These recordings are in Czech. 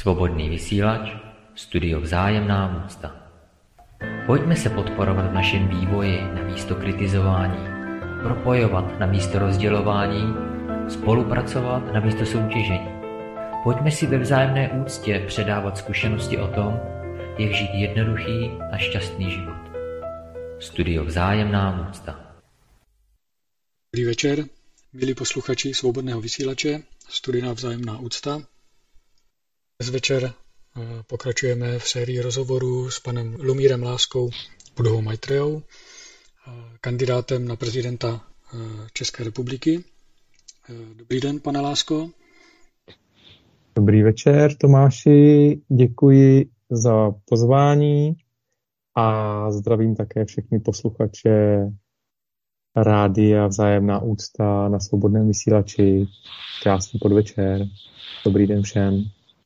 Svobodný vysílač, studio Vzájemná úcta. Pojďme se podporovat v našem vývoji namísto kritizování, propojovat namísto rozdělování, spolupracovat namísto soutěžení. Pojďme si ve vzájemné úctě předávat zkušenosti o tom, jak žít jednoduchý a šťastný život. Studio Vzájemná úcta. Dobrý večer, milí posluchači Svobodného vysílače, studia Vzájemná úcta. Dnes večer pokračujeme v sérii rozhovorů s panem Lumírem Láskou Buddhou Maitreyou, kandidátem na prezidenta České republiky. Dobrý den, pane Lásko. Dobrý večer, Tomáši, děkuji za pozvání a zdravím také všechny posluchače Rádia Vzájemná úcta na Svobodném vysílači. Krásný podvečer, dobrý den všem.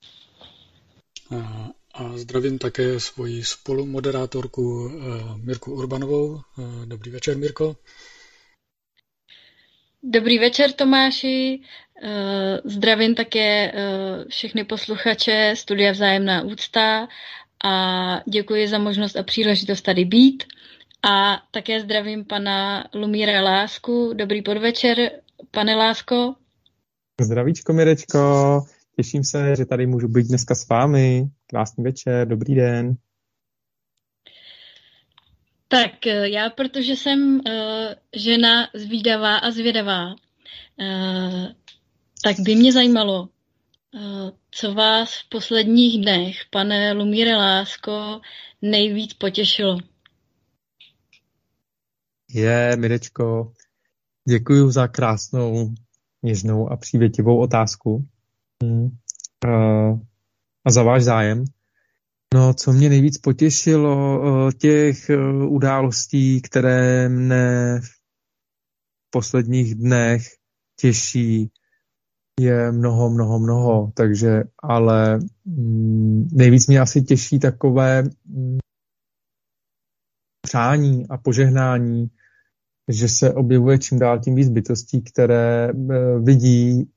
A zdravím také svoji spolumoderátorku Mirku Urbanovou. Dobrý večer, Mirko. Dobrý večer, Tomáši. Zdravím také všechny posluchače Studia Vzájemná úcta a děkuji za možnost a příležitost tady být. A také zdravím pana Lumíra Lásku. Dobrý podvečer, pane Lásko. Zdravíčko, Mirečko. Těším se, že tady můžu být dneska s vámi. Krásný večer, dobrý den. Tak já, protože jsem žena zvídavá a zvědavá, tak by mě zajímalo, co vás v posledních dnech, pane Lumíre Lásko, nejvíc potěšilo. Mirečko, děkuji za krásnou, něžnou a přívětivou otázku. A za váš zájem. No, co mě nejvíc potěšilo, těch událostí, které mne v posledních dnech těší, je mnoho, takže, ale nejvíc mě asi těší takové přání a požehnání, že se objevuje čím dál tím víc bytostí, které vidí,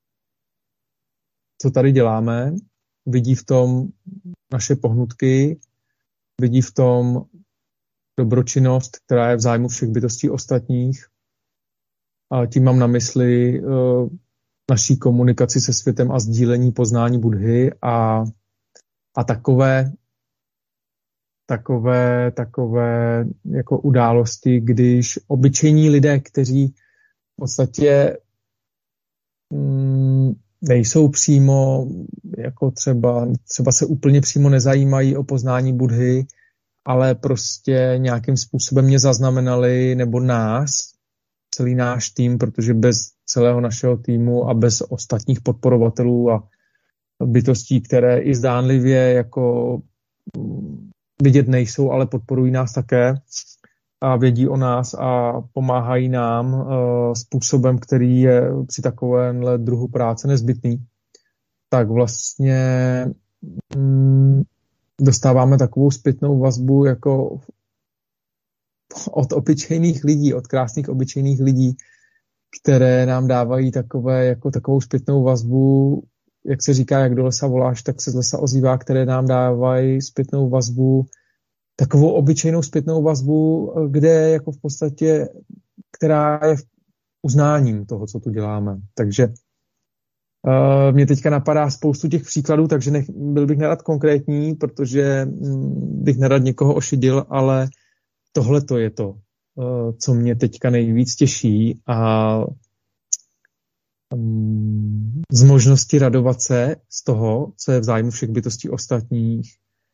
co tady děláme, vidí v tom naše pohnutky, vidí v tom dobročinnost, která je v zájmu všech bytostí ostatních. A tím mám na mysli naší komunikaci se světem a sdílení poznání Buddhy a takové jako události, když obyčejní lidé, kteří v podstatě nejsou přímo, jako třeba se úplně přímo nezajímají o poznání Buddhy, ale prostě nějakým způsobem mě zaznamenali, nebo celý náš tým, protože bez celého našeho týmu a bez ostatních podporovatelů a bytostí, které i zdánlivě jako vidět nejsou, ale podporují nás také a vědí o nás a pomáhají nám způsobem, který je při takovémhle druhu práce nezbytný, tak vlastně dostáváme takovou zpětnou vazbu jako od obyčejných lidí, od krásných obyčejných lidí, které nám dávají takovou zpětnou vazbu, jak se říká, jak do lesa voláš, tak se z lesa ozývá, které nám dávají zpětnou vazbu, takovou obyčejnou zpětnou vazbu, kde jako v podstatě, která je uznáním toho, co tu děláme. Takže mě teďka napadá spoustu těch příkladů, takže byl bych nerad konkrétní, protože bych nerad někoho ošidil, ale tohle to je to, co mě teďka nejvíc těší a z možnosti radovat se z toho, co je v zájmu všech bytostí ostatních,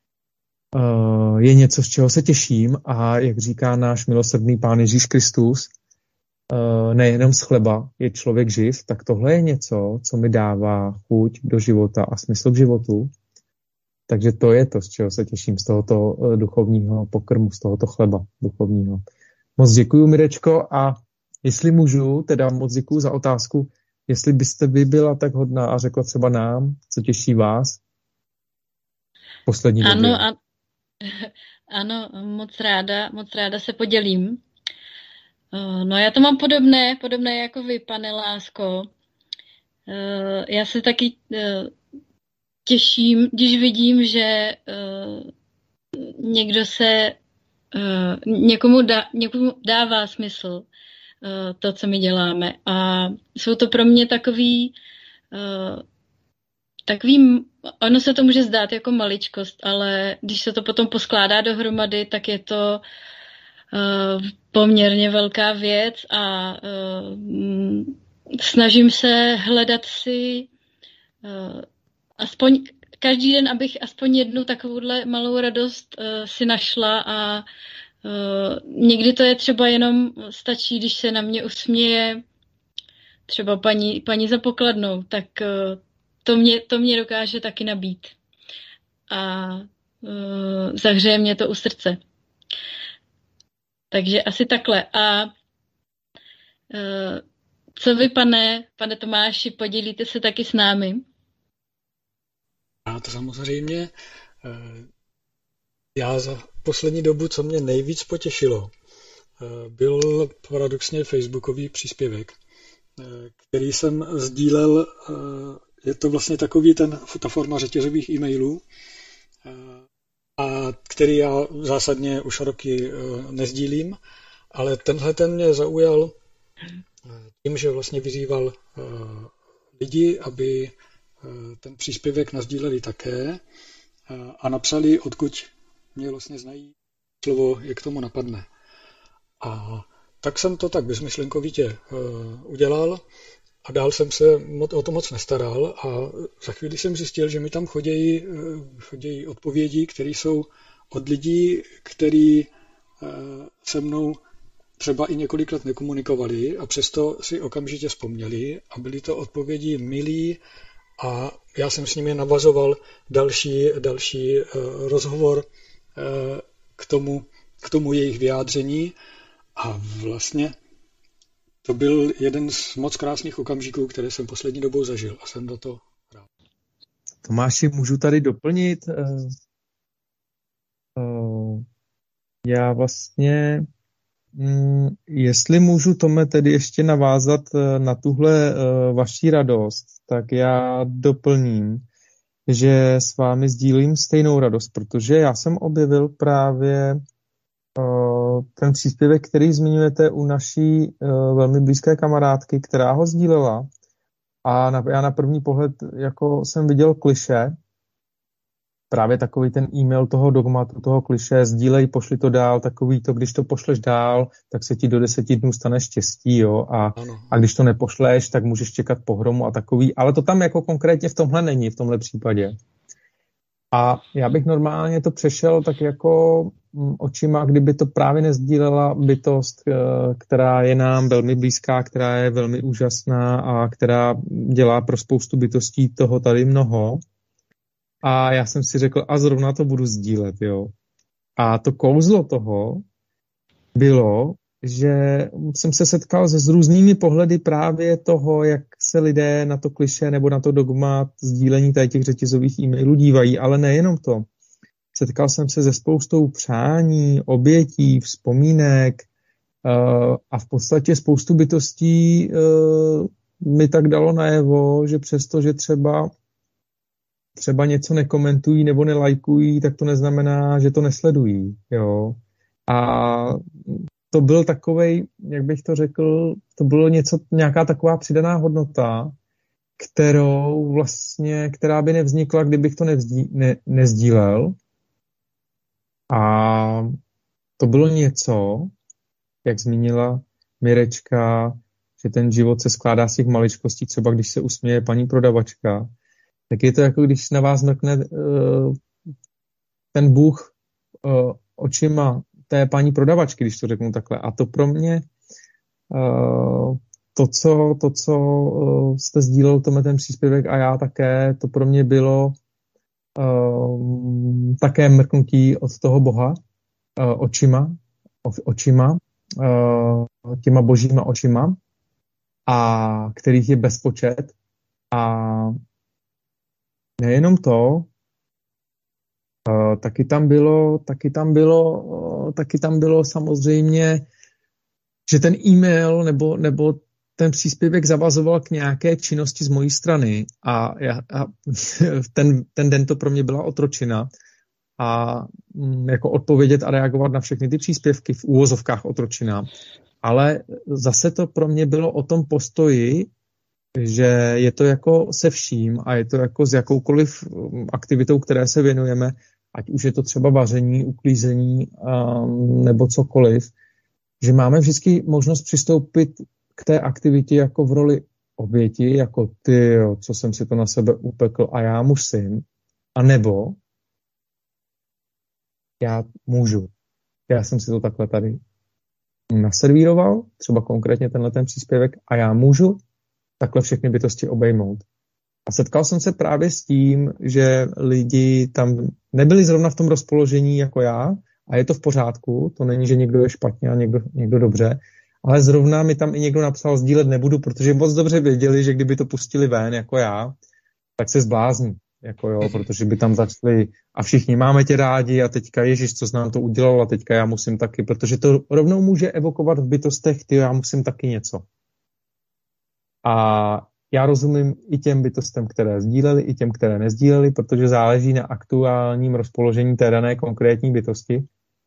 je něco, z čeho se těším a jak říká náš milosrdný Pán Ježíš Kristus, nejenom z chleba je člověk živ, tak tohle je něco, co mi dává chuť do života a smysl k životu. Takže to je to, z čeho se těším, z tohoto duchovního pokrmu, z tohoto chleba duchovního. Moc děkuju, Mirečko, a jestli můžu, teda moc děkuju za otázku, jestli byste vy byla tak hodná a řekla třeba nám, co těší vás poslední době. Ano, moc ráda se podělím. No já to mám podobné jako vy, pane Lásko. Já se taky těším, když vidím, že někdo se někomu dává smysl to, co my děláme. A jsou to pro mě takový, ono se to může zdát jako maličkost, ale když se to potom poskládá dohromady, tak je to poměrně velká věc a snažím se hledat si aspoň každý den, abych aspoň jednu takovouhle malou radost si našla a někdy to je třeba jenom stačí, když se na mě usměje třeba paní za pokladnou, tak to mě dokáže taky nabít. A zahřeje mě to u srdce. Takže asi takhle. A co vy, pane Tomáši, podělíte se taky s námi? A to samozřejmě. Já za poslední dobu, co mě nejvíc potěšilo, byl paradoxně facebookový příspěvek, který jsem sdílel. Je to vlastně takový ta forma řetězových e-mailů, a který já zásadně už roky nezdílím, ale tenhle ten mě zaujal tím, že vlastně vyzýval lidi, aby ten příspěvek nasdíleli také a napsali, odkud mě vlastně znají slovo, jak tomu napadne. A tak jsem to tak bezmyšlenkovitě udělal a dál jsem se o to moc nestaral a za chvíli jsem zjistil, že mi tam chodí odpovědi, které jsou od lidí, kteří se mnou třeba i několik let nekomunikovali a přesto si okamžitě vzpomněli a byly to odpovědi milí a já jsem s nimi navazoval další rozhovor k tomu jejich vyjádření a vlastně to byl jeden z moc krásných okamžiků, které jsem poslední dobou zažil a jsem za to rád. Tomáši, můžu tady doplnit? Já vlastně, jestli můžu, Tome, tedy ještě navázat na tuhle vaši radost, tak já doplním, že s vámi sdílím stejnou radost, protože já jsem objevil právě ten příspěvek, který zmiňujete u naší velmi blízké kamarádky, která ho sdílela. A já na první pohled jako jsem viděl klišé, právě takový ten e-mail toho dogmatu, toho klišé, sdílej, pošli to dál, takový to, když to pošleš dál, tak se ti do 10 dnů stane štěstí, jo, a když to nepošleš, tak můžeš čekat pohromu a takový, ale to tam jako konkrétně v tomhle není, v tomhle případě. A já bych normálně to přešel tak jako očima, kdyby to právě nezdílela bytost, která je nám velmi blízká, která je velmi úžasná a která dělá pro spoustu bytostí toho tady mnoho. A já jsem si řekl, a zrovna to budu sdílet, jo. A to kouzlo toho bylo, že jsem se setkal s různými pohledy právě toho, jak se lidé na to klišé nebo na to dogma sdílení těch řetězových e-mailů dívají, ale nejenom to. Setkal jsem se se spoustou přání, obětí, vzpomínek a v podstatě spoustu bytostí mi tak dalo najevo, že přesto, že třeba něco nekomentují nebo nelajkují, tak to neznamená, že to nesledují. Jo? A to byl takovej, jak bych to řekl, to bylo nějaká taková přidaná hodnota, která by nevznikla, kdybych to nezdílel. A to bylo něco, jak zmínila Mirečka, že ten život se skládá z těch maličkostí, třeba když se usměje paní prodavačka, tak je to jako když na vás mrkne ten Bůh očima té paní prodavačky, když to řeknu takhle. A to pro mě, to, co jste sdílel, ten příspěvek a já také, to pro mě bylo také mrknutí od toho Boha očima, těma božíma očima, a kterých je bezpočet. A nejenom to, taky tam bylo samozřejmě, že ten e-mail nebo ten příspěvek zavazoval k nějaké činnosti z mojí strany a ten den to pro mě byla otročina a jako odpovědět a reagovat na všechny ty příspěvky v úvozovkách otročina. Ale zase to pro mě bylo o tom postoji, že je to jako se vším a je to jako s jakoukoliv aktivitou, které se věnujeme, ať už je to třeba vaření, uklízení nebo cokoliv, že máme vždycky možnost přistoupit k té aktivitě jako v roli oběti, jako ty, co jsem si to na sebe upekl a já musím, a nebo já můžu. Já jsem si to takhle tady naservíroval, třeba konkrétně tenhle ten příspěvek, a já můžu takhle všechny bytosti obejmout. A setkal jsem se právě s tím, že lidi tam nebyli zrovna v tom rozpoložení jako já, a je to v pořádku, to není, že někdo je špatně a někdo dobře, ale zrovna mi tam i někdo napsal, sdílet nebudu, protože moc dobře věděli, že kdyby to pustili ven jako já, tak se zblázní, jako jo, protože by tam začali a všichni máme tě rádi a teďka Ježíš, co jsi nám to udělal a teďka já musím taky, protože to rovnou může evokovat v bytostech, ty já musím taky něco. A já rozumím i těm bytostem, které sdíleli, i těm, které nesdíleli, protože záleží na aktuálním rozpoložení té dané konkrétní bytosti.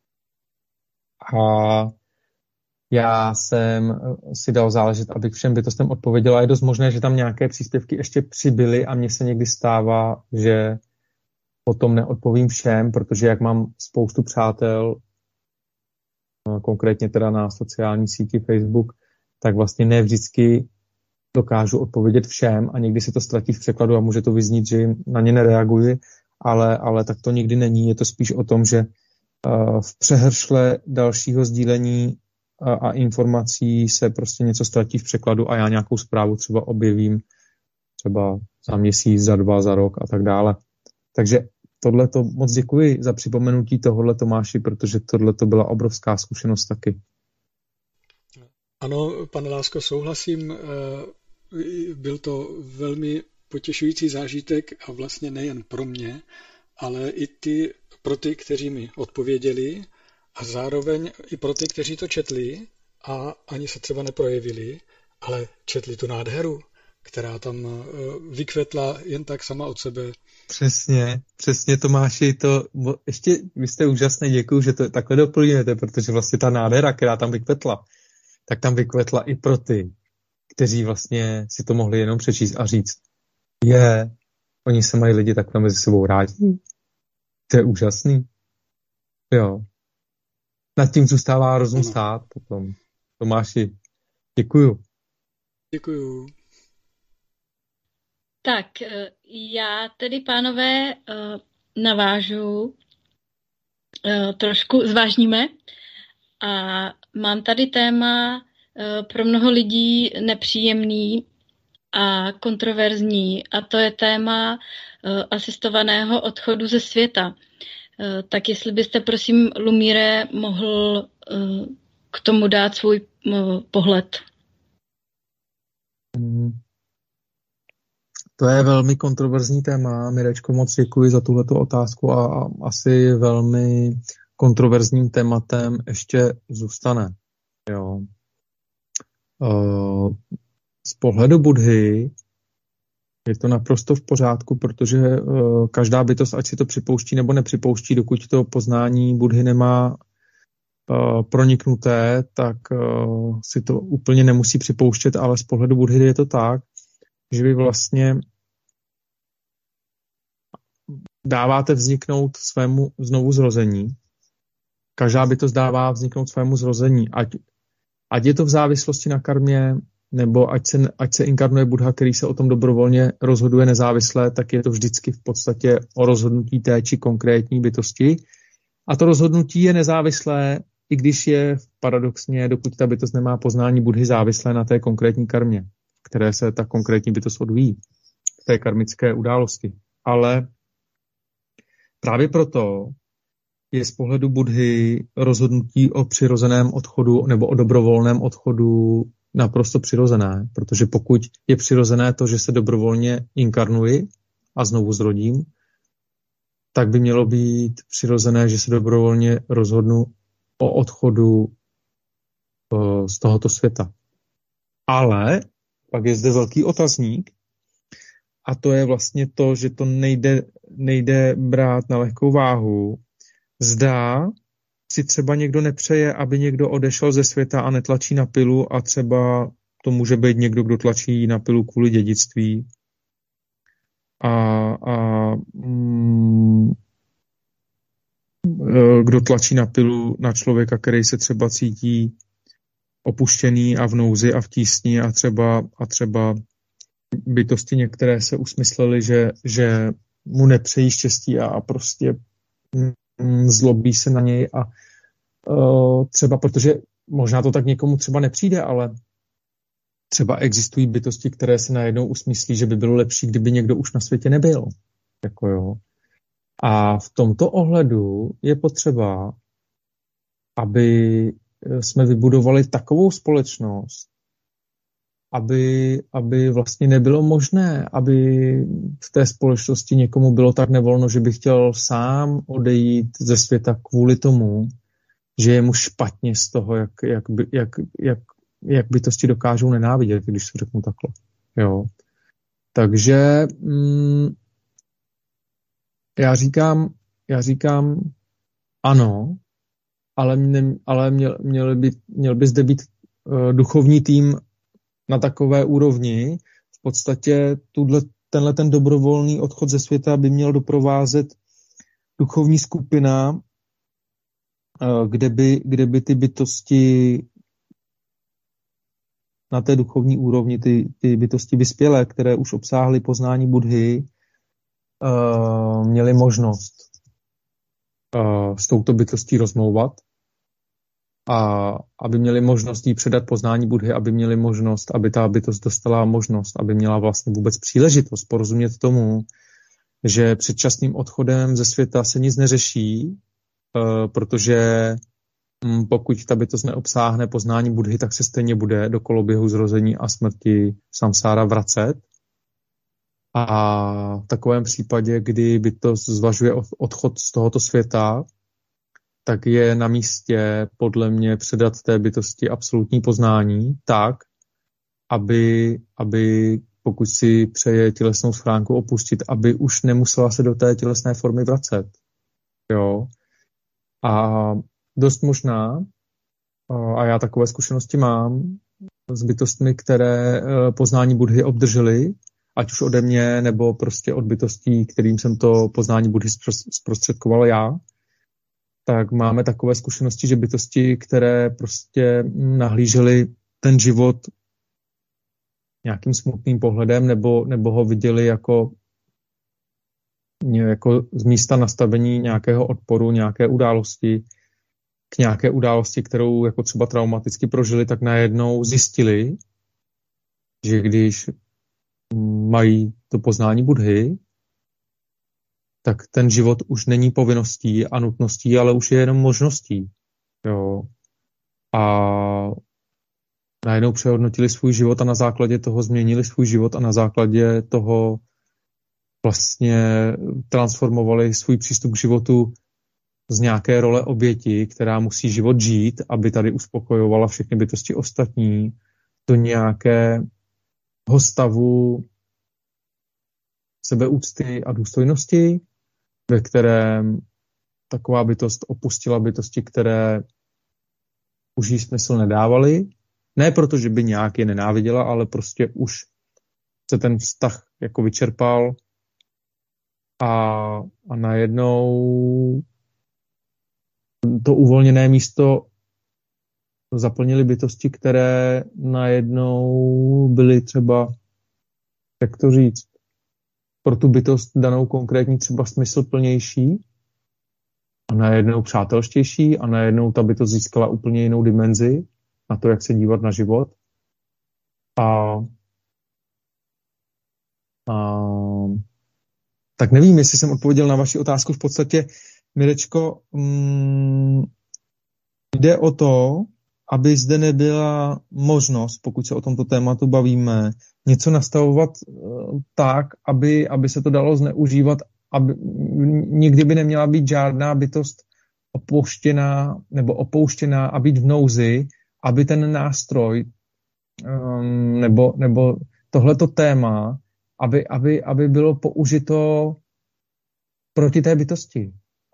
A já jsem si dal záležet, abych všem bytostem odpověděl, a je dost možné, že tam nějaké příspěvky ještě přibyly a mně se někdy stává, že potom neodpovím všem, protože jak mám spoustu přátel, konkrétně teda na sociální síti Facebook, tak vlastně ne vždycky dokážu odpovědět všem a někdy se to ztratí v překladu a může to vyznít, že na ně nereaguji, ale tak to nikdy není. Je to spíš o tom, že v přehršle dalšího sdílení a informací se prostě něco ztratí v překladu a já nějakou zprávu třeba objevím třeba za měsíc, za 2, za rok a tak dále. Takže tohleto moc děkuji za připomenutí tohohle, Tomáši, protože tohleto byla obrovská zkušenost taky. Ano, pane Lásko, souhlasím. Byl to velmi potěšující zážitek a vlastně nejen pro mě, ale i pro ty, kteří mi odpověděli a zároveň i pro ty, kteří to četli a ani se třeba neprojevili, ale četli tu nádheru, která tam vykvetla jen tak sama od sebe. Přesně Tomáši, to ještě vy jste úžasný, děkuju, že to takhle doplňujete, protože vlastně ta nádhera, která tam vykvetla, tak tam vykvetla i pro ty, kteří vlastně si to mohli jenom přečíst a říct, oni se mají lidi takhle mezi sebou rádi. To je úžasný. Jo. Nad tím zůstává rozum stát potom. Tomáši, děkuju. Děkuju. Tak, já tedy, pánové, navážu, trošku zvážníme a mám tady téma pro mnoho lidí nepříjemný a kontroverzní a to je téma asistovaného odchodu ze světa. Tak jestli byste, prosím, Lumíre, mohl k tomu dát svůj pohled. To je velmi kontroverzní téma. Mirečko, moc děkuji za tuhletu otázku a asi velmi kontroverzním tématem ještě zůstane. Jo. Z pohledu Buddhy je to naprosto v pořádku, protože každá bytost, ať si to připouští nebo nepřipouští, dokud to poznání Buddhy nemá proniknuté, tak si to úplně nemusí připouštět, ale z pohledu Buddhy je to tak, že vy vlastně dáváte vzniknout svému znovu zrození. Každá bytost dává vzniknout svému zrození, ať je to v závislosti na karmě, nebo ať se inkarnuje Buddha, který se o tom dobrovolně rozhoduje nezávisle, tak je to vždycky v podstatě o rozhodnutí té či konkrétní bytosti. A to rozhodnutí je nezávislé, i když je paradoxně, dokud ta bytost nemá poznání Buddhy, závislé na té konkrétní karmě, které se ta konkrétní bytost odvíjí, té karmické události. Ale právě proto je z pohledu Buddhy rozhodnutí o přirozeném odchodu nebo o dobrovolném odchodu naprosto přirozené, protože pokud je přirozené to, že se dobrovolně inkarnuji a znovu zrodím, tak by mělo být přirozené, že se dobrovolně rozhodnu o odchodu z tohoto světa. Ale pak je zde velký otazník a to je vlastně to, že to nejde brát na lehkou váhu. Zdá si třeba někdo nepřeje, aby někdo odešel ze světa a netlačí na pilu a třeba to může být někdo, kdo tlačí na pilu kvůli dědictví. Kdo tlačí na pilu na člověka, který se třeba cítí opuštěný a v nouzi a v tísni a třeba bytosti některé se usmyslely, že mu nepřejí štěstí a prostě zlobí se na něj a třeba, protože možná to tak někomu třeba nepřijde, ale třeba existují bytosti, které se najednou usmyslí, že by bylo lepší, kdyby někdo už na světě nebyl. Jako jo. A v tomto ohledu je potřeba, aby jsme vybudovali takovou společnost, aby vlastně nebylo možné, aby v té společnosti někomu bylo tak nevolno, že by chtěl sám odejít ze světa kvůli tomu, že je mu špatně z toho, jak bytosti dokážou nenávidět, když se řeknu takhle. Jo. Takže já říkám ano, ale měl by zde být duchovní tým na takové úrovni. V podstatě tenhle ten dobrovolný odchod ze světa by měl doprovázet duchovní skupina, kde by ty bytosti na té duchovní úrovni, ty bytosti vyspělé, které už obsáhly poznání Buddhy, měly možnost s touto bytostí rozmlouvat a aby měli možnost jí předat poznání Buddhy, aby měli možnost, aby ta bytost dostala možnost, aby měla vlastně vůbec příležitost porozumět tomu, že předčasným odchodem ze světa se nic neřeší, protože pokud ta bytost neobsáhne poznání Buddhy, tak se stejně bude do koloběhu zrození a smrti samsára vracet. A v takovém případě, kdy bytost zvažuje odchod z tohoto světa, tak je na místě podle mě předat té bytosti absolutní poznání tak, aby pokud si přeje tělesnou schránku opustit, aby už nemusela se do té tělesné formy vracet. Jo. A dost možná, a já takové zkušenosti mám, s bytostmi, které poznání Buddhy obdržely, ať už ode mě, nebo prostě od bytostí, kterým jsem to poznání Buddhy zprostředkoval já, tak máme takové zkušenosti, že bytosti, které prostě nahlížely ten život nějakým smutným pohledem, nebo ho viděli jako z místa nastavení nějakého odporu, nějaké události, k nějaké události, kterou jako třeba traumaticky prožili, tak najednou zjistili, že když mají to poznání Buddhy, tak ten život už není povinností a nutností, ale už je jenom možností. Jo. A najednou přehodnotili svůj život a na základě toho změnili svůj život a na základě toho vlastně transformovali svůj přístup k životu z nějaké role oběti, která musí život žít, aby tady uspokojovala všechny bytosti ostatní, do nějakého stavu sebeúcty a důstojnosti, ve kterém taková bytost opustila bytosti, které už jí smysl nedávaly. Ne proto, že by nějak je nenáviděla, ale prostě už se ten vztah jako vyčerpal a najednou to uvolněné místo zaplnily bytosti, které najednou byly třeba, jak to říct, pro tu bytost danou konkrétní třeba smyslplnější a najednou přátelštější a najednou ta bytost získala úplně jinou dimenzi na to, jak se dívat na život. Tak nevím, jestli jsem odpověděl na vaši otázku. V podstatě, Mirečko, jde o to, aby zde nebyla možnost, pokud se o tomto tématu bavíme, něco nastavovat tak, aby se to dalo zneužívat, aby nikdy by neměla být žádná bytost opouštěná a být v nouzi, aby ten nástroj nebo tohleto téma, aby bylo použito proti té bytosti.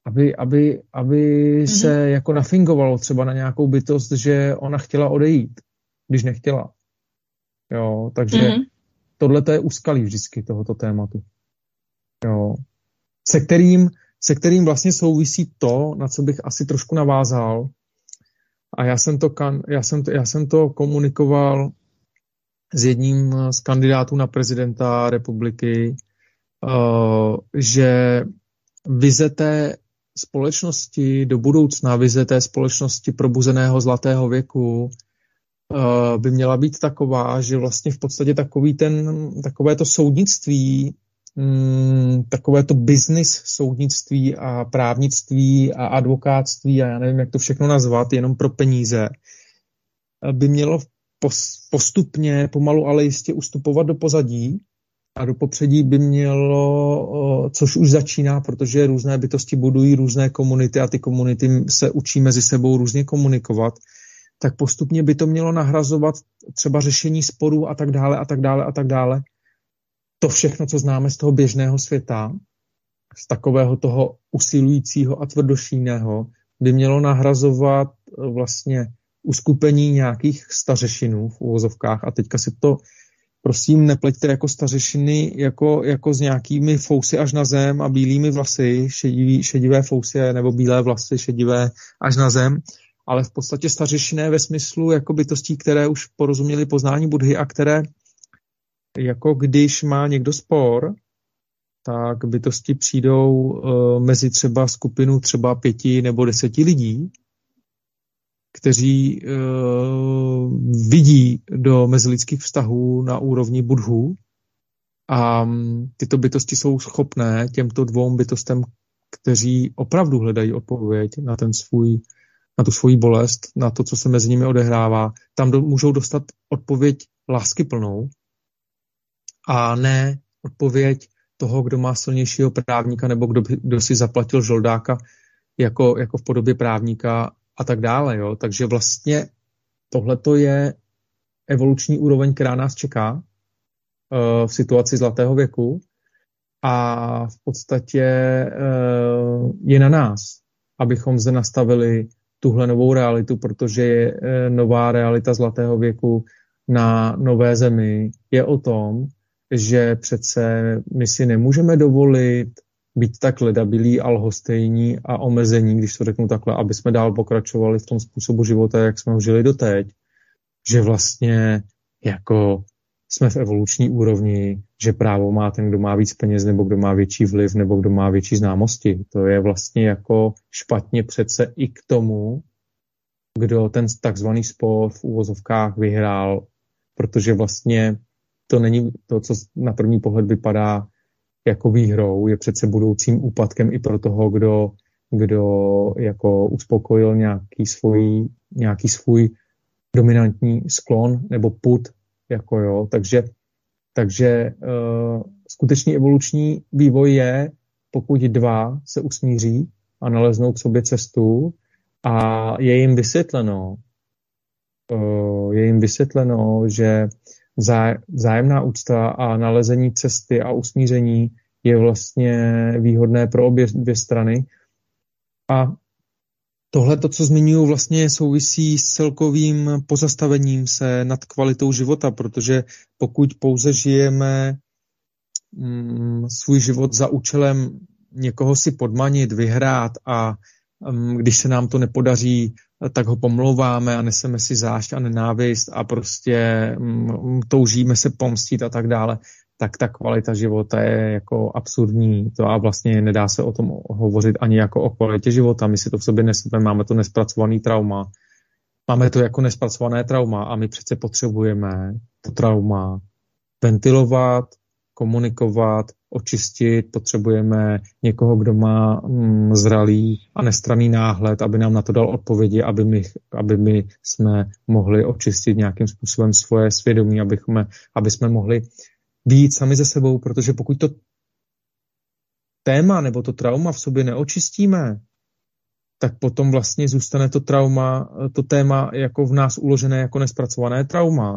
Aby se jako nafingovalo třeba na nějakou bytost, že ona chtěla odejít, když nechtěla. Jo, takže tohle je úskalí vždycky tohoto tématu. Jo. Se kterým vlastně souvisí to, na co bych asi trošku navázal. A já jsem to komunikoval s jedním z kandidátů na prezidenta republiky, že vize té společnosti do budoucna, vize té společnosti probuzeného zlatého věku by měla být taková, že vlastně v podstatě takové to soudnictví, takové to business soudnictví a právnictví a advokátství a já nevím, jak to všechno nazvat, jenom pro peníze, by mělo postupně, pomalu, ale jistě ustupovat do pozadí a do popředí by mělo, což už začíná, protože různé bytosti budují různé komunity a ty komunity se učí mezi sebou různě komunikovat, tak postupně by to mělo nahrazovat třeba řešení sporů a tak dále a tak dále a tak dále. To všechno, co známe z toho běžného světa, z takového toho usilujícího a tvrdošíjného, by mělo nahrazovat vlastně uskupení nějakých stařešinů v uvozovkách. A teďka si to, prosím, nepleťte jako stařešiny, jako s nějakými fousy až na zem a bílými vlasy, šedivé fousy nebo bílé vlasy, šedivé až na zem, ale v podstatě stařešinné ve smyslu jako bytostí, které už porozuměly poznání Buddhy a které jako když má někdo spor, tak bytosti přijdou mezi třeba skupinu třeba 5 nebo 10 lidí, kteří vidí do mezilidských vztahů na úrovni Buddhů a tyto bytosti jsou schopné těmto 2 bytostem, kteří opravdu hledají odpověď na tu svoji bolest, na to, co se mezi nimi odehrává, tam můžou dostat odpověď láskyplnou a ne odpověď toho, kdo má silnějšího právníka nebo kdo si zaplatil žoldáka jako v podobě právníka a tak dále. Jo? Takže vlastně tohleto je evoluční úroveň, která nás čeká v situaci zlatého věku a v podstatě je na nás, abychom zde nastavili tuhle novou realitu, protože nová realita zlatého věku na nové zemi je o tom, že přece my si nemůžeme dovolit být tak ledabilí a lhostejní a omezení, když to řeknu takhle, aby jsme dál pokračovali v tom způsobu života, jak jsme ho žili doteď, že vlastně jako jsme v evoluční úrovni, že právo má ten, kdo má víc peněz, nebo kdo má větší vliv, nebo kdo má větší známosti. To je vlastně jako špatně přece i k tomu, kdo ten takzvaný spor v uvozovkách vyhrál, protože vlastně to není to, co na první pohled vypadá jako výhrou, je přece budoucím úpadkem i pro toho, kdo jako uspokojil nějaký svůj dominantní sklon nebo pud, jako jo. Takže skutečný evoluční vývoj je, pokud 2 se usmíří a naleznou k sobě cestu a je jim vysvětleno, že vzájemná úcta a nalezení cesty a usmíření je vlastně výhodné pro obě 2 strany. A tohle, to, co zmiňuji, vlastně souvisí s celkovým pozastavením se nad kvalitou života, protože pokud pouze žijeme svůj život za účelem někoho si podmanit, vyhrát a když se nám to nepodaří, tak ho pomlouváme a neseme si zášť a nenávist a prostě toužíme se pomstit a tak dále, tak ta kvalita života je jako absurdní. To a vlastně nedá se o tom hovořit ani jako o kvalitě života. My si to v sobě neseme, máme to nespracovaný trauma. Máme to jako nespracované trauma a my přece potřebujeme to trauma ventilovat, komunikovat, očistit, potřebujeme někoho, kdo má zralý a nestranný náhled, aby nám na to dal odpovědi, aby my jsme mohli očistit nějakým způsobem svoje svědomí, aby jsme mohli být sami ze sebou, protože pokud to téma nebo to trauma v sobě neočistíme, tak potom vlastně zůstane to téma jako v nás uložené jako nespracované trauma.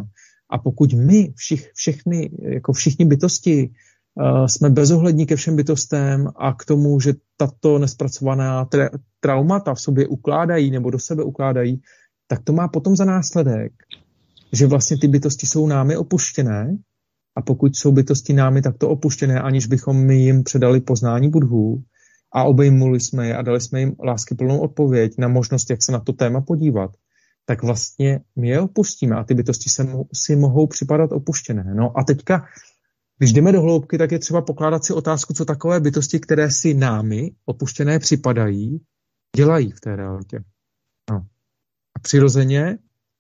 A pokud my všichni bytosti jsme bezohlední ke všem bytostem a k tomu, že tato nespracovaná traumata v sobě ukládají nebo do sebe ukládají, tak to má potom za následek, že vlastně ty bytosti jsou námi opuštěné a pokud jsou bytosti námi takto opuštěné, aniž bychom my jim předali poznání Budhů a obejmuli jsme je a dali jsme jim láskyplnou odpověď na možnost, jak se na to téma podívat, tak vlastně my je opustíme a ty bytosti si mohou připadat opuštěné. No a teďka, když jdeme do hloubky, tak je třeba pokládat si otázku, co takové bytosti, které si námi opuštěné připadají, dělají v té realitě. No. A přirozeně,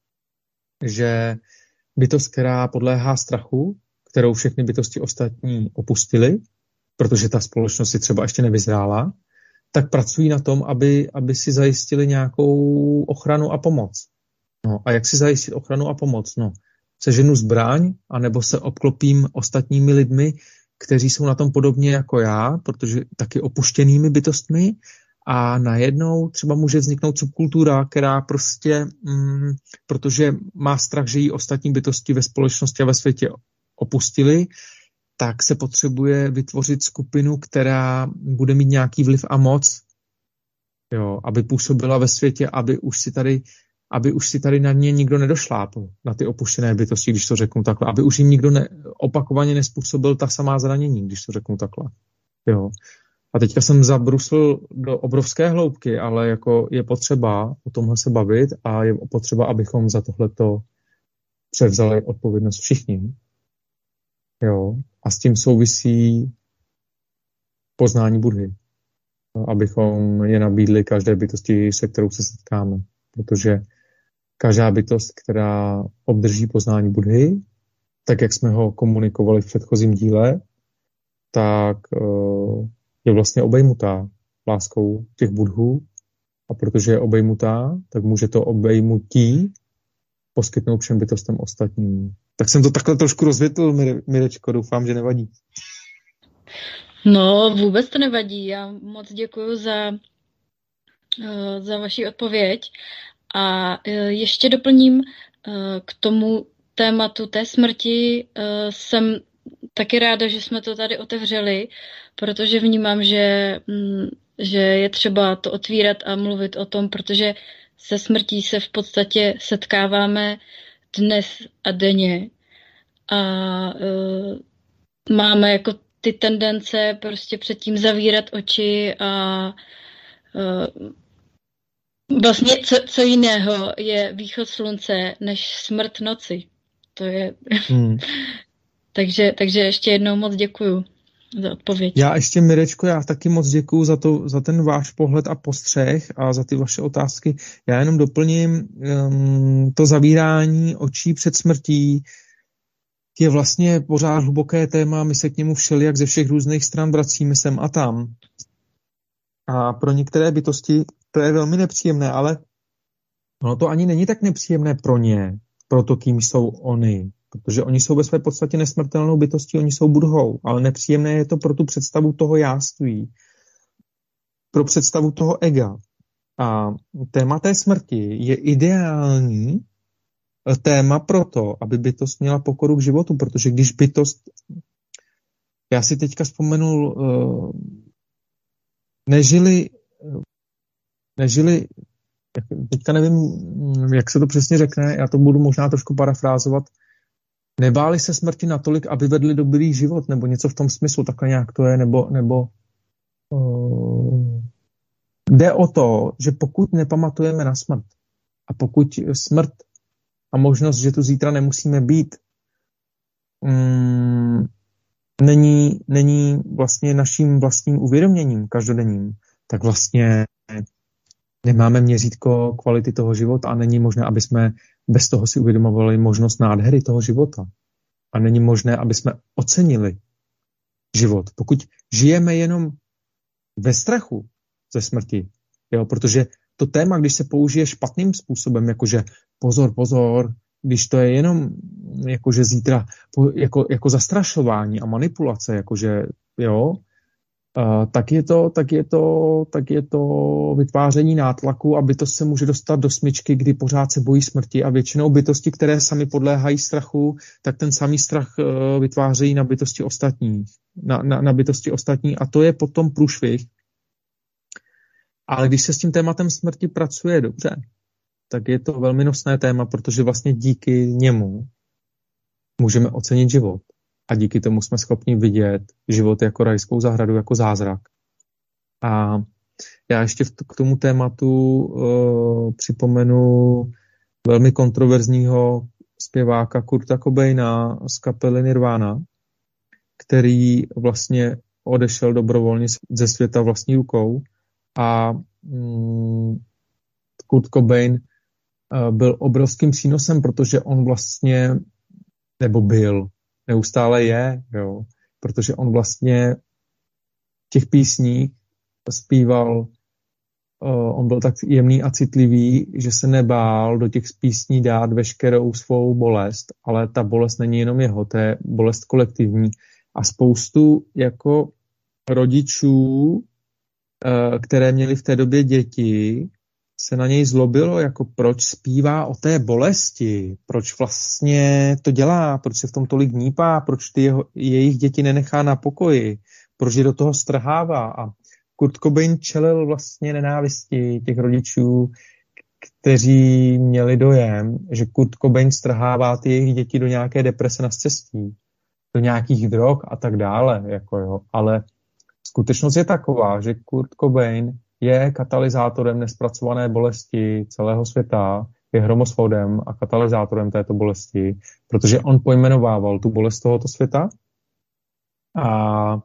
že bytost, která podléhá strachu, kterou všechny bytosti ostatní opustily, protože ta společnost si třeba ještě nevyzrála, tak pracují na tom, aby si zajistili nějakou ochranu a pomoc. No a jak si zajistit ochranu a pomoc? No, seženu zbraň, anebo se obklopím ostatními lidmi, kteří jsou na tom podobně jako já, protože taky opuštěnými bytostmi, a najednou třeba může vzniknout subkultura, která prostě, protože má strach, že jí ostatní bytosti ve společnosti a ve světě opustili, tak se potřebuje vytvořit skupinu, která bude mít nějaký vliv a moc, jo, aby působila ve světě, aby už si tady na ně nikdo nedošlápl, na ty opuštěné bytosti, když to řeknu takhle, aby už jim nikdo opakovaně nespůsobil ta samá zranění, když to řeknu takhle. Jo. A teďka jsem zabrusl do obrovské hloubky, ale jako je potřeba o tomhle se bavit a je potřeba, abychom za tohleto převzali odpovědnost všichni. Jo. A s tím souvisí poznání Budhy. Abychom je nabídli každé bytosti, se kterou se setkáme. Protože každá bytost, která obdrží poznání Budhy, tak jak jsme ho komunikovali v předchozím díle, tak je vlastně obejmutá láskou těch Budhů. A protože je obejmutá, tak může to obejmutí poskytnout všem bytostem ostatním. Tak jsem to takhle trošku rozvětlil, Mirečko, doufám, že nevadí. No, vůbec to nevadí. Já moc děkuju za vaši odpověď. A ještě doplním k tomu tématu té smrti. Jsem taky ráda, že jsme to tady otevřeli, protože vnímám, že je třeba to otvírat a mluvit o tom, protože se smrtí se v podstatě setkáváme dnes a denně. A máme jako ty tendence prostě předtím zavírat oči a vlastně co jiného je východ slunce než smrt noci. To je... takže ještě jednou moc děkuju za odpověď. Já ještě, Mirečko, já taky moc děkuju za ten váš pohled a postřeh a za ty vaše otázky. Já jenom doplním to zavírání očí před smrtí je vlastně pořád hluboké téma, my se k němu všelijak ze všech různých stran vracíme sem a tam. A pro některé bytosti to je velmi nepříjemné, ale ono to ani není tak nepříjemné pro ně, pro to, kým jsou oni. Protože oni jsou ve své podstatě nesmrtelnou bytostí, oni jsou Budhou, ale nepříjemné je to pro tu představu toho jáství, pro představu toho ega. A téma té smrti je ideální téma pro to, aby bytost měla pokoru k životu, protože když bytost, já si teďka vzpomenul, nežili, teďka nevím, jak se to přesně řekne, já to budu možná trošku parafrázovat, nebáli se smrti natolik, aby vedli dobrý život, nebo něco v tom smyslu, takhle nějak to je, nebo jde o to, že pokud nepamatujeme na smrt a pokud smrt a možnost, že tu zítra nemusíme být, není vlastně naším vlastním uvědoměním každodenním, tak vlastně nemáme měřítko kvality toho života a není možné, aby jsme bez toho si uvědomovali možnost nádhery toho života. A není možné, aby jsme ocenili život. Pokud žijeme jenom ve strachu ze smrti, jo, protože to téma, když se použije špatným způsobem, jakože pozor, když to je jenom jakože zítra, jako zastrašování a manipulace, jakože jo, tak je to vytváření nátlaku a bytost se může dostat do smyčky, kdy pořád se bojí smrti a většinou bytosti, které sami podléhají strachu, tak ten samý strach vytvářejí na bytosti ostatní. Na bytosti ostatní a to je potom průšvih. Ale když se s tím tématem smrti pracuje dobře, tak je to velmi nosné téma, protože vlastně díky němu můžeme ocenit život. A díky tomu jsme schopni vidět život jako rajskou zahradu, jako zázrak. A já ještě k tomu tématu připomenu velmi kontroverzního zpěváka Kurta Cobaina z kapely Nirvana, který vlastně odešel dobrovolně ze světa vlastní rukou a Kurt Cobain byl obrovským přínosem, protože on vlastně, nebo byl, neustále je, jo, protože on vlastně v těch písních zpíval, on byl tak jemný a citlivý, že se nebál do těch písní dát veškerou svou bolest, ale ta bolest není jenom jeho, to je bolest kolektivní. A spoustu jako rodičů, které měli v té době děti, se na něj zlobilo, jako proč zpívá o té bolesti, proč vlastně to dělá, proč se v tom tolik hnípá, proč jejich děti nenechá na pokoji, proč je do toho strhává. A Kurt Cobain čelil vlastně nenávisti těch rodičů, kteří měli dojem, že Kurt Cobain strhává ty jejich děti do nějaké deprese na scestí, do nějakých drog a tak dále. Jako jo. Ale skutečnost je taková, že Kurt Cobain je katalyzátorem nespracované bolesti celého světa, je hromosvodem a katalyzátorem této bolesti, protože on pojmenovával tu bolest tohoto světa a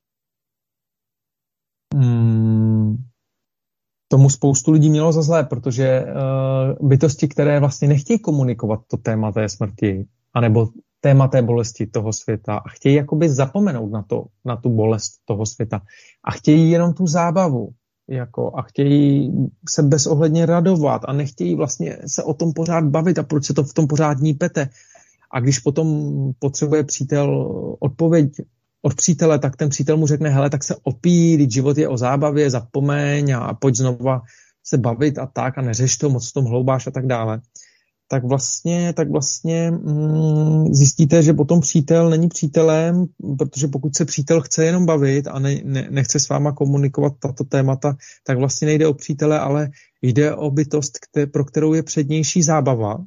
tomu spoustu lidí mělo za zlé, protože bytosti, které vlastně nechtějí komunikovat to téma té smrti, anebo téma té bolesti toho světa a chtějí jakoby zapomenout na tu bolest toho světa a chtějí jenom tu zábavu, a chtějí se bezohledně radovat a nechtějí vlastně se o tom pořád bavit a proč se to v tom pořád nípete. A když potom potřebuje přítel odpověď od přítele, tak ten přítel mu řekne, hele, tak se opí, když život je o zábavě, zapomeň a pojď znova se bavit a tak a neřeš to, moc v tom hloubáš a tak dále. Tak vlastně zjistíte, že potom přítel není přítelem, protože pokud se přítel chce jenom bavit a nechce s váma komunikovat tato témata, tak vlastně nejde o přítele, ale jde o bytost, pro kterou je přednější zábava,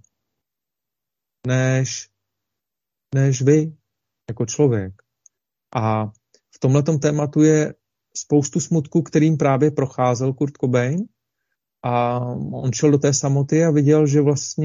než vy, jako člověk. A v tomhletom tématu je spoustu smutků, kterým právě procházel Kurt Cobain, a on šel do té samoty a viděl, že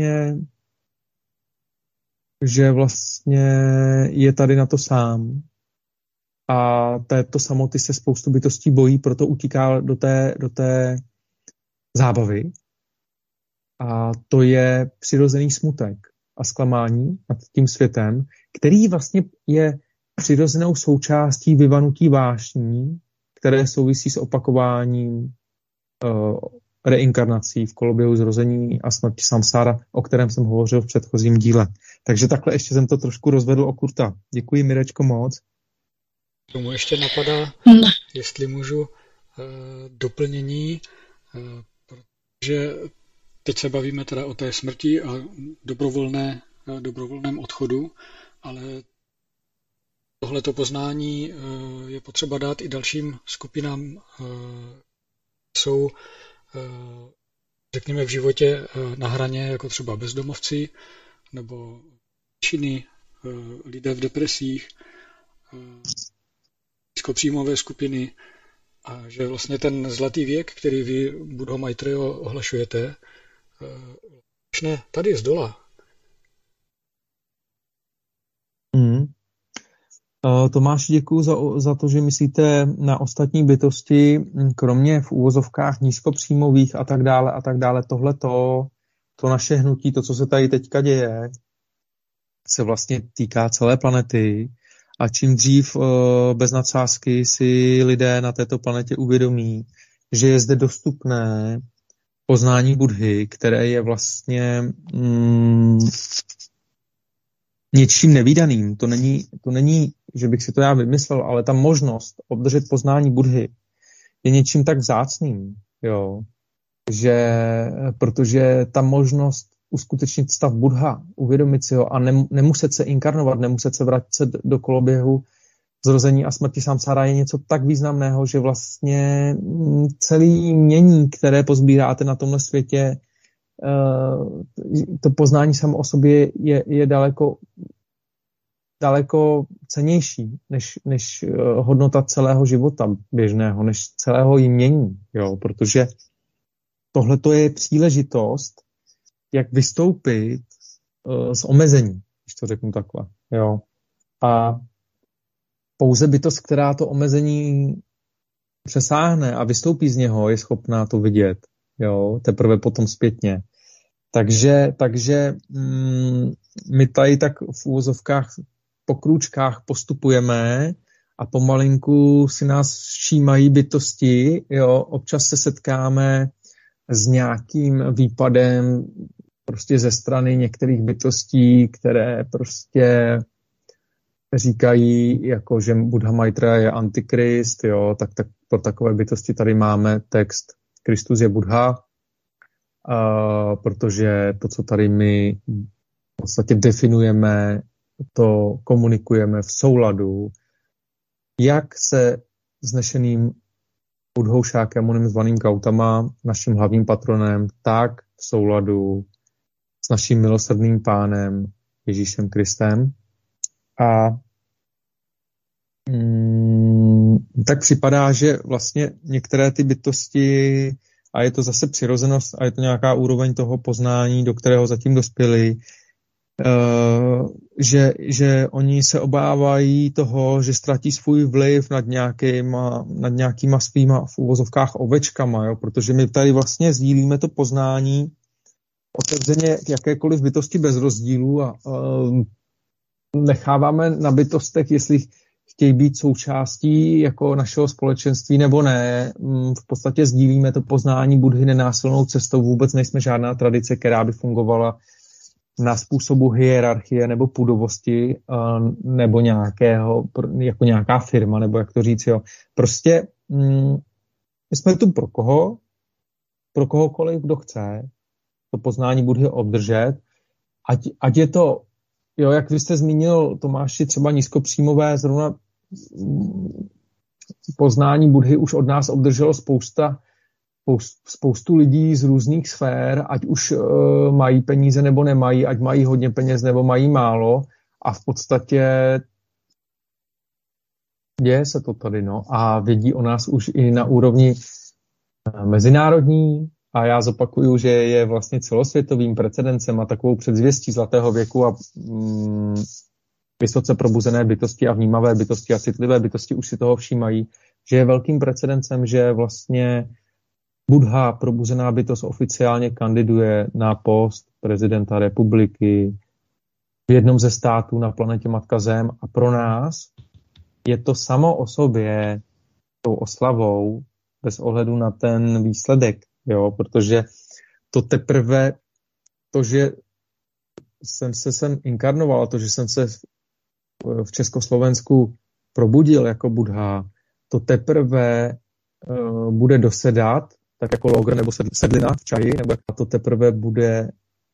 vlastně je tady na to sám. A této samoty se spoustu bytostí bojí, proto utíká do té zábavy. A to je přirozený smutek a zklamání nad tím světem, který vlastně je přirozenou součástí vyvanutí vášní, které souvisí s opakováním reinkarnací v koloběhu zrození a smrti samsára, o kterém jsem hovořil v předchozím díle. Takže takhle ještě jsem to trošku rozvedl o Kurta. Děkuji, Mirečko, moc. Tomu ještě napadá, jestli můžu, doplnění, protože teď se bavíme teda o té smrti a dobrovolném odchodu, ale tohleto poznání je potřeba dát i dalším skupinám, jsou řekněme v životě na hraně, jako třeba bezdomovci nebo činy, lidé v depresích, nízkopříjmové skupiny, a že vlastně ten zlatý věk, který vy, Budho Maitrejo, ohlašujete, začne tady zdola. Tomáš, děkuju za to, že myslíte na ostatní bytosti, kromě v úvozovkách nízkopříjmových a tak dále. Tohleto, to naše hnutí, to, co se tady teďka děje, se vlastně týká celé planety. A čím dřív bez nadsázky si lidé na této planetě uvědomí, že je zde dostupné poznání Buddhy, které je vlastně něčím nevídaným. To není že bych si to já vymyslel, ale ta možnost obdržet poznání Buddhy je něčím tak vzácným, jo, že protože ta možnost uskutečnit stav Buddha, uvědomit si ho a nemuset se inkarnovat, nemuset se vrátit do koloběhu zrození a smrti samsára je něco tak významného, že vlastně celý mění, které pozbíráte na tomhle světě, to poznání samo o sobě je daleko cennější než hodnota celého života běžného, než celého jmění, jo, protože tohle to je příležitost, jak vystoupit z omezení, když to řeknu takhle, jo. A pouze bytost, která to omezení přesáhne a vystoupí z něho, je schopná to vidět, jo, teprve potom zpětně. Takže my tady tak v úvozovkách po krůčkách postupujeme a pomalinku si nás všímají bytosti, jo, občas se setkáme s nějakým výpadem prostě ze strany některých bytostí, které prostě říkají, jako že Buddha Maitreya je antikrist, jo, tak pro takové bytosti tady máme text Kristus je Buddha, protože to, co tady my v podstatě definujeme, to komunikujeme v souladu, jak se vznešeným Buddhou Šákyamunim zvaným Gautama, naším hlavním patronem, tak v souladu s naším milosrdným pánem Ježíšem Kristem. A tak připadá, že vlastně některé ty bytosti, a je to zase přirozenost a je to nějaká úroveň toho poznání, do kterého zatím dospěli, že oni se obávají toho, že ztratí svůj vliv nad nějakýma svýma v uvozovkách ovečkama, jo? Protože my tady vlastně sdílíme to poznání otevřeně jakékoliv bytosti bez rozdílu a necháváme na bytostech, jestli chtějí být součástí jako našeho společenství nebo ne. V podstatě sdílíme to poznání Buddhy nenásilnou cestou. Vůbec nejsme žádná tradice, která by fungovala na způsobu hierarchie nebo půdovosti nebo jako nějaká firma, nebo jak to říct, jo. Prostě my jsme tu pro koho? Pro kohokoliv, kdo chce to poznání Buddhy obdržet. Ať je to, jo, jak vy jste zmínil, Tomáši, třeba nízkopříjmové, zrovna poznání Buddhy už od nás obdrželo spoustu lidí z různých sfér, ať už mají peníze nebo nemají, ať mají hodně peněz nebo mají málo a v podstatě děje se to tady, no, a vědí o nás už i na úrovni mezinárodní a já zopakuju, že je vlastně celosvětovým precedencem a takovou předzvěstí zlatého věku a vysoce probuzené bytosti a vnímavé bytosti a citlivé bytosti už si toho všímají, že je velkým precedencem, že vlastně Buddha, probuzená bytost, oficiálně kandiduje na post prezidenta republiky v jednom ze států na planetě Matka Zem a pro nás je to samo o sobě tou oslavou bez ohledu na ten výsledek, jo, protože to teprve, to, že jsem se sem inkarnoval, to, že jsem se v Československu probudil jako Buddha, to teprve bude dosedat, tak jako logr nebo sedlina v čaji, nebo jak to teprve bude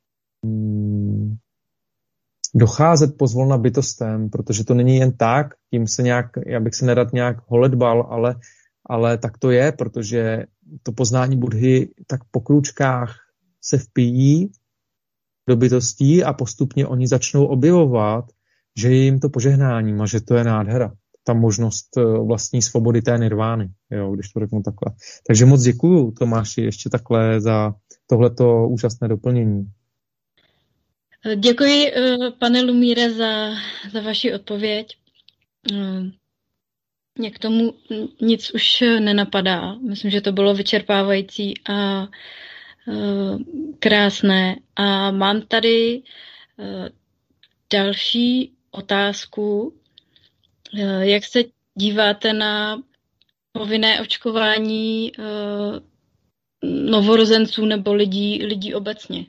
docházet pozvolna bytostem, protože to není jen tak, tím se nějak, já bych se nerad nějak holedbal, ale tak to je, protože to poznání Buddhy tak po krůčkách se vpíjí do bytostí a postupně oni začnou objevovat, že je jim to požehnáním a že to je nádhera. Ta možnost vlastní svobody té nirvány, jo, když to řeknu takhle. Takže moc děkuju, Tomáši, ještě takhle za tohleto úžasné doplnění. Děkuji, pane Lumíre, za vaši odpověď. Mě k tomu nic už nenapadá. Myslím, že to bylo vyčerpávající a krásné. A mám tady další otázku. Jak se díváte na povinné očkování novorozenců nebo lidí obecně?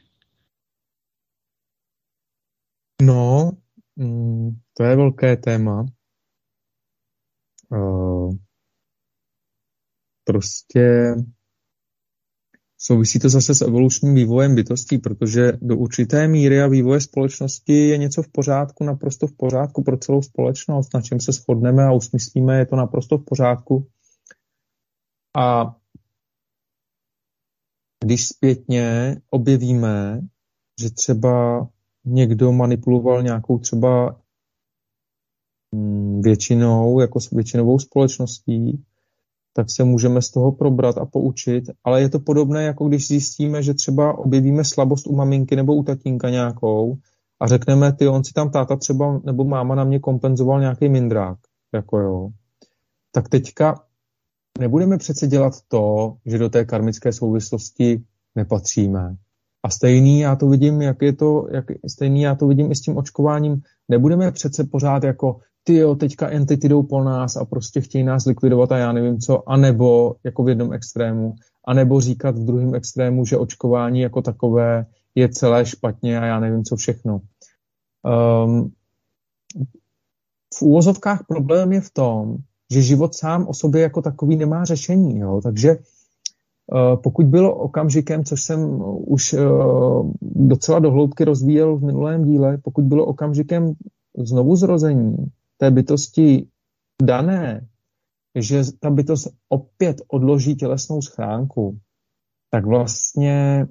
No, to je velké téma. prostě souvisí to zase s evolučním vývojem bytostí, protože do určité míry a vývoje společnosti je něco v pořádku, naprosto v pořádku pro celou společnost, na čem se shodneme a usmyslíme, je to naprosto v pořádku. A když zpětně objevíme, že třeba někdo manipuloval nějakou třeba většinou, jako s většinovou společností, tak se můžeme z toho probrat a poučit, ale je to podobné, jako když zjistíme, že třeba objevíme slabost u maminky nebo u tatínka nějakou a řekneme, on si tam táta třeba nebo máma na mě kompenzoval nějaký mindrák, jako jo. Tak teďka nebudeme přece dělat to, že do té karmické souvislosti nepatříme. A stejný já to vidím, stejný já to vidím i s tím očkováním. Nebudeme přece pořád jako teďka entity jdou po nás a prostě chtějí nás likvidovat a já nevím co, anebo jako v jednom extrému, anebo říkat v druhém extrému, že očkování jako takové je celé špatně a já nevím co všechno. V úvozovkách problém je v tom, že život sám o sobě jako takový nemá řešení. Jo? Takže pokud bylo okamžikem, což jsem už docela dohloubky rozvíjel v minulém díle, pokud bylo okamžikem znovu zrození té bytosti dané, že ta bytost opět odloží tělesnou schránku, tak vlastně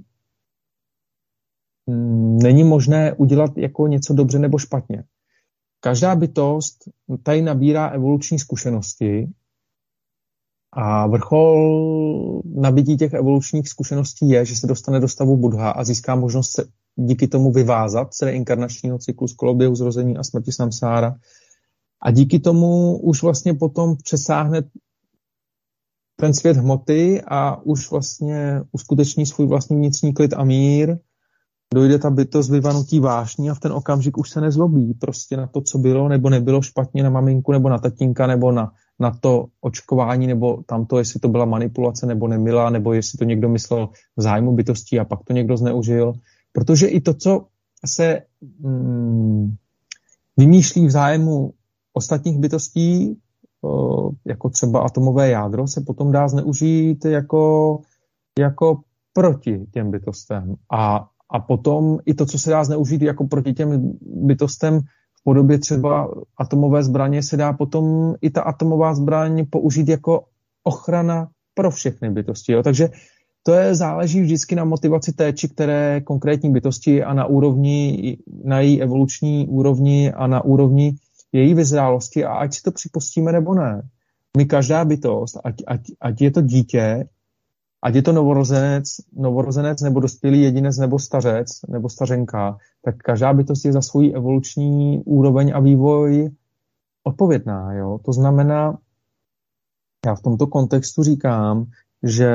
není možné udělat jako něco dobře nebo špatně. Každá bytost tady nabírá evoluční zkušenosti a vrchol nabití těch evolučních zkušeností je, že se dostane do stavu Buddha a získá možnost se díky tomu vyvázat z reinkarnačního cyklu, z koloběhu zrození a smrti samsára. A díky tomu už vlastně potom přesáhne ten svět hmoty a už vlastně uskuteční svůj vlastní vnitřní klid a mír. Dojde ta bytost vyvanutí vášní a v ten okamžik už se nezlobí prostě na to, co bylo nebo nebylo špatně na maminku nebo na tatínka nebo na to očkování nebo tamto, jestli to byla manipulace nebo nemilá, nebo jestli to někdo myslel v zájmu bytostí a pak to někdo zneužil. Protože i to, co se vymýšlí v zájmu ostatních bytostí, jako třeba atomové jádro, se potom dá zneužít jako proti těm bytostem. A potom i to, co se dá zneužít jako proti těm bytostem v podobě třeba atomové zbraně, se dá potom i ta atomová zbraň použít jako ochrana pro všechny bytosti. Jo? Takže to záleží vždycky na motivaci té či které konkrétní bytosti a na její evoluční úrovni a na úrovni její vyzrálosti a ať si to připustíme nebo ne. My každá bytost, ať je to dítě, ať je to novorozenec nebo dospělý jedinec nebo stařec nebo stařenka, tak každá bytost je za svůj evoluční úroveň a vývoj odpovědná. Jo? To znamená, já v tomto kontextu říkám, že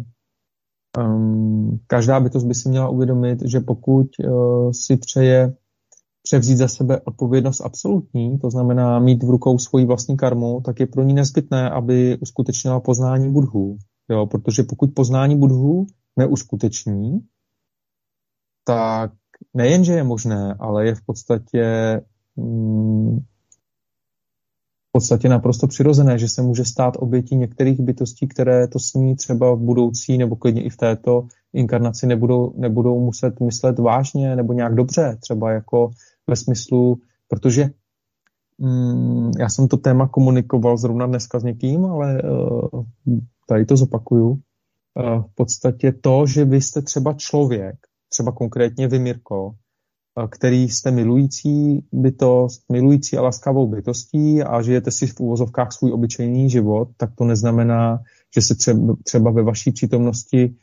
každá bytost by si měla uvědomit, že pokud si přeje převzít za sebe odpovědnost absolutní, to znamená mít v rukou svoji vlastní karmu, tak je pro ní nezbytné, aby uskutečnila poznání Buddhu. Jo, protože pokud poznání Buddhu neuskuteční, tak nejenže je možné, ale je v podstatě naprosto přirozené, že se může stát obětí některých bytostí, které to s ní třeba v budoucí nebo klidně i v této inkarnaci nebudou muset myslet vážně nebo nějak dobře, třeba jako ve smyslu, protože já jsem to téma komunikoval zrovna dneska s někým, ale tady to zopakuju. V podstatě to, že vy jste třeba člověk, třeba konkrétně vy, Mirko, který jste milující bytost, milující a laskavou bytostí a žijete si v uvozovkách svůj obyčejný život, tak to neznamená, že se třeba ve vaší přítomnosti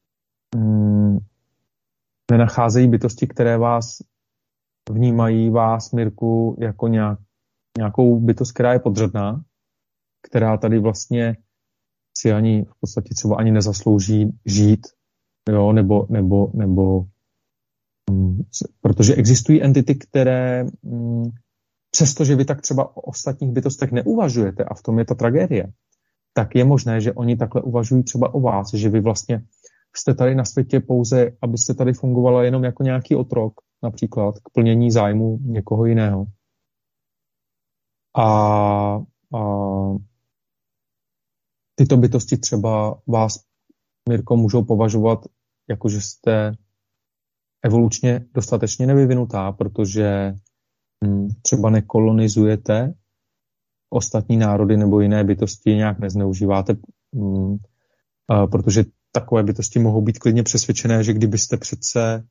nenacházejí bytosti, které vás vnímají, vás, Mirku, jako nějakou bytost, která je podřadná, která tady vlastně si ani v podstatě třeba ani nezaslouží žít, jo, nebo protože existují entity, které přestože vy tak třeba o ostatních bytostech neuvažujete a v tom je ta tragédie, tak je možné, že oni takhle uvažují třeba o vás, že vy vlastně jste tady na světě pouze, abyste tady fungovala jenom jako nějaký otrok, například k plnění zájmu někoho jiného. A tyto bytosti třeba vás, Mirko, můžou považovat jako, že jste evolučně dostatečně nevyvinutá, protože třeba nekolonizujete ostatní národy nebo jiné bytosti, nějak nezneužíváte, protože takové bytosti mohou být klidně přesvědčené, že kdybyste přece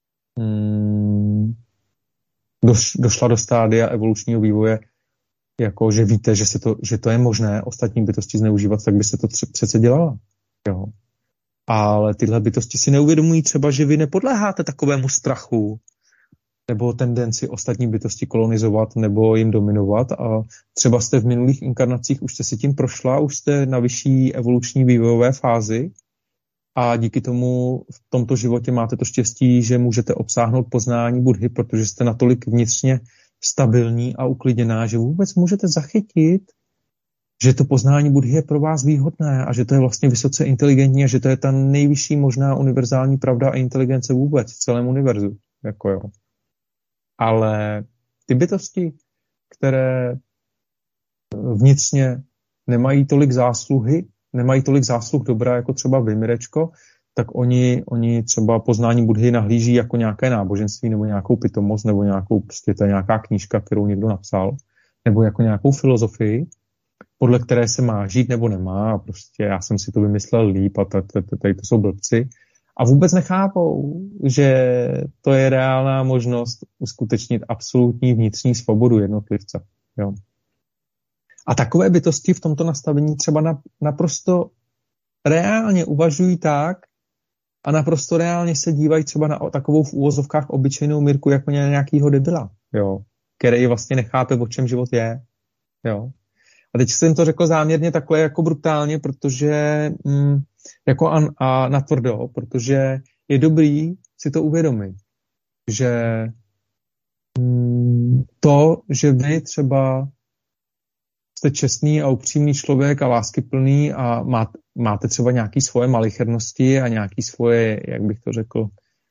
došla do stádia evolučního vývoje, jako že víte, že to je možné ostatní bytosti zneužívat, tak byste to přece dělala. Jo. Ale tyhle bytosti si neuvědomují třeba, že vy nepodléháte takovému strachu nebo tendenci ostatní bytosti kolonizovat nebo jim dominovat a třeba jste v minulých inkarnacích, už jste si tím prošla, už jste na vyšší evoluční vývojové fázi a díky tomu v tomto životě máte to štěstí, že můžete obsáhnout poznání Buddhy, protože jste natolik vnitřně stabilní a uklidněná, že vůbec můžete zachytit, že to poznání Buddhy je pro vás výhodné a že to je vlastně vysoce inteligentní a že to je ta nejvyšší možná univerzální pravda a inteligence vůbec v celém univerzu. Jako jo. Ale ty bytosti, které vnitřně nemají tolik zásluhy, nemají tolik zásluh dobra, jako třeba vy, Mirečko, tak oni třeba poznání Buddhy nahlíží jako nějaké náboženství nebo nějakou pitomost nebo nějakou, prostě to je nějaká knížka, kterou někdo napsal, nebo jako nějakou filozofii, podle které se má žít nebo nemá a prostě já jsem si to vymyslel líp a tady to jsou blbci. A vůbec nechápou, že to je reálná možnost uskutečnit absolutní vnitřní svobodu jednotlivce. Jo. A takové bytosti v tomto nastavení třeba naprosto reálně uvažují tak a naprosto reálně se dívají třeba na takovou v úvozovkách obyčejnou Mirku jako nějakýho debila, jo, který vlastně nechápe, o čem život je. Jo. A teď jsem to řekl záměrně takhle jako brutálně, protože jako a natvrdo, protože je dobrý si to uvědomit, že to, že vy třeba jste čestný a upřímný člověk a láskyplný a máte třeba nějaké svoje malichernosti a nějaké svoje, jak bych to řekl,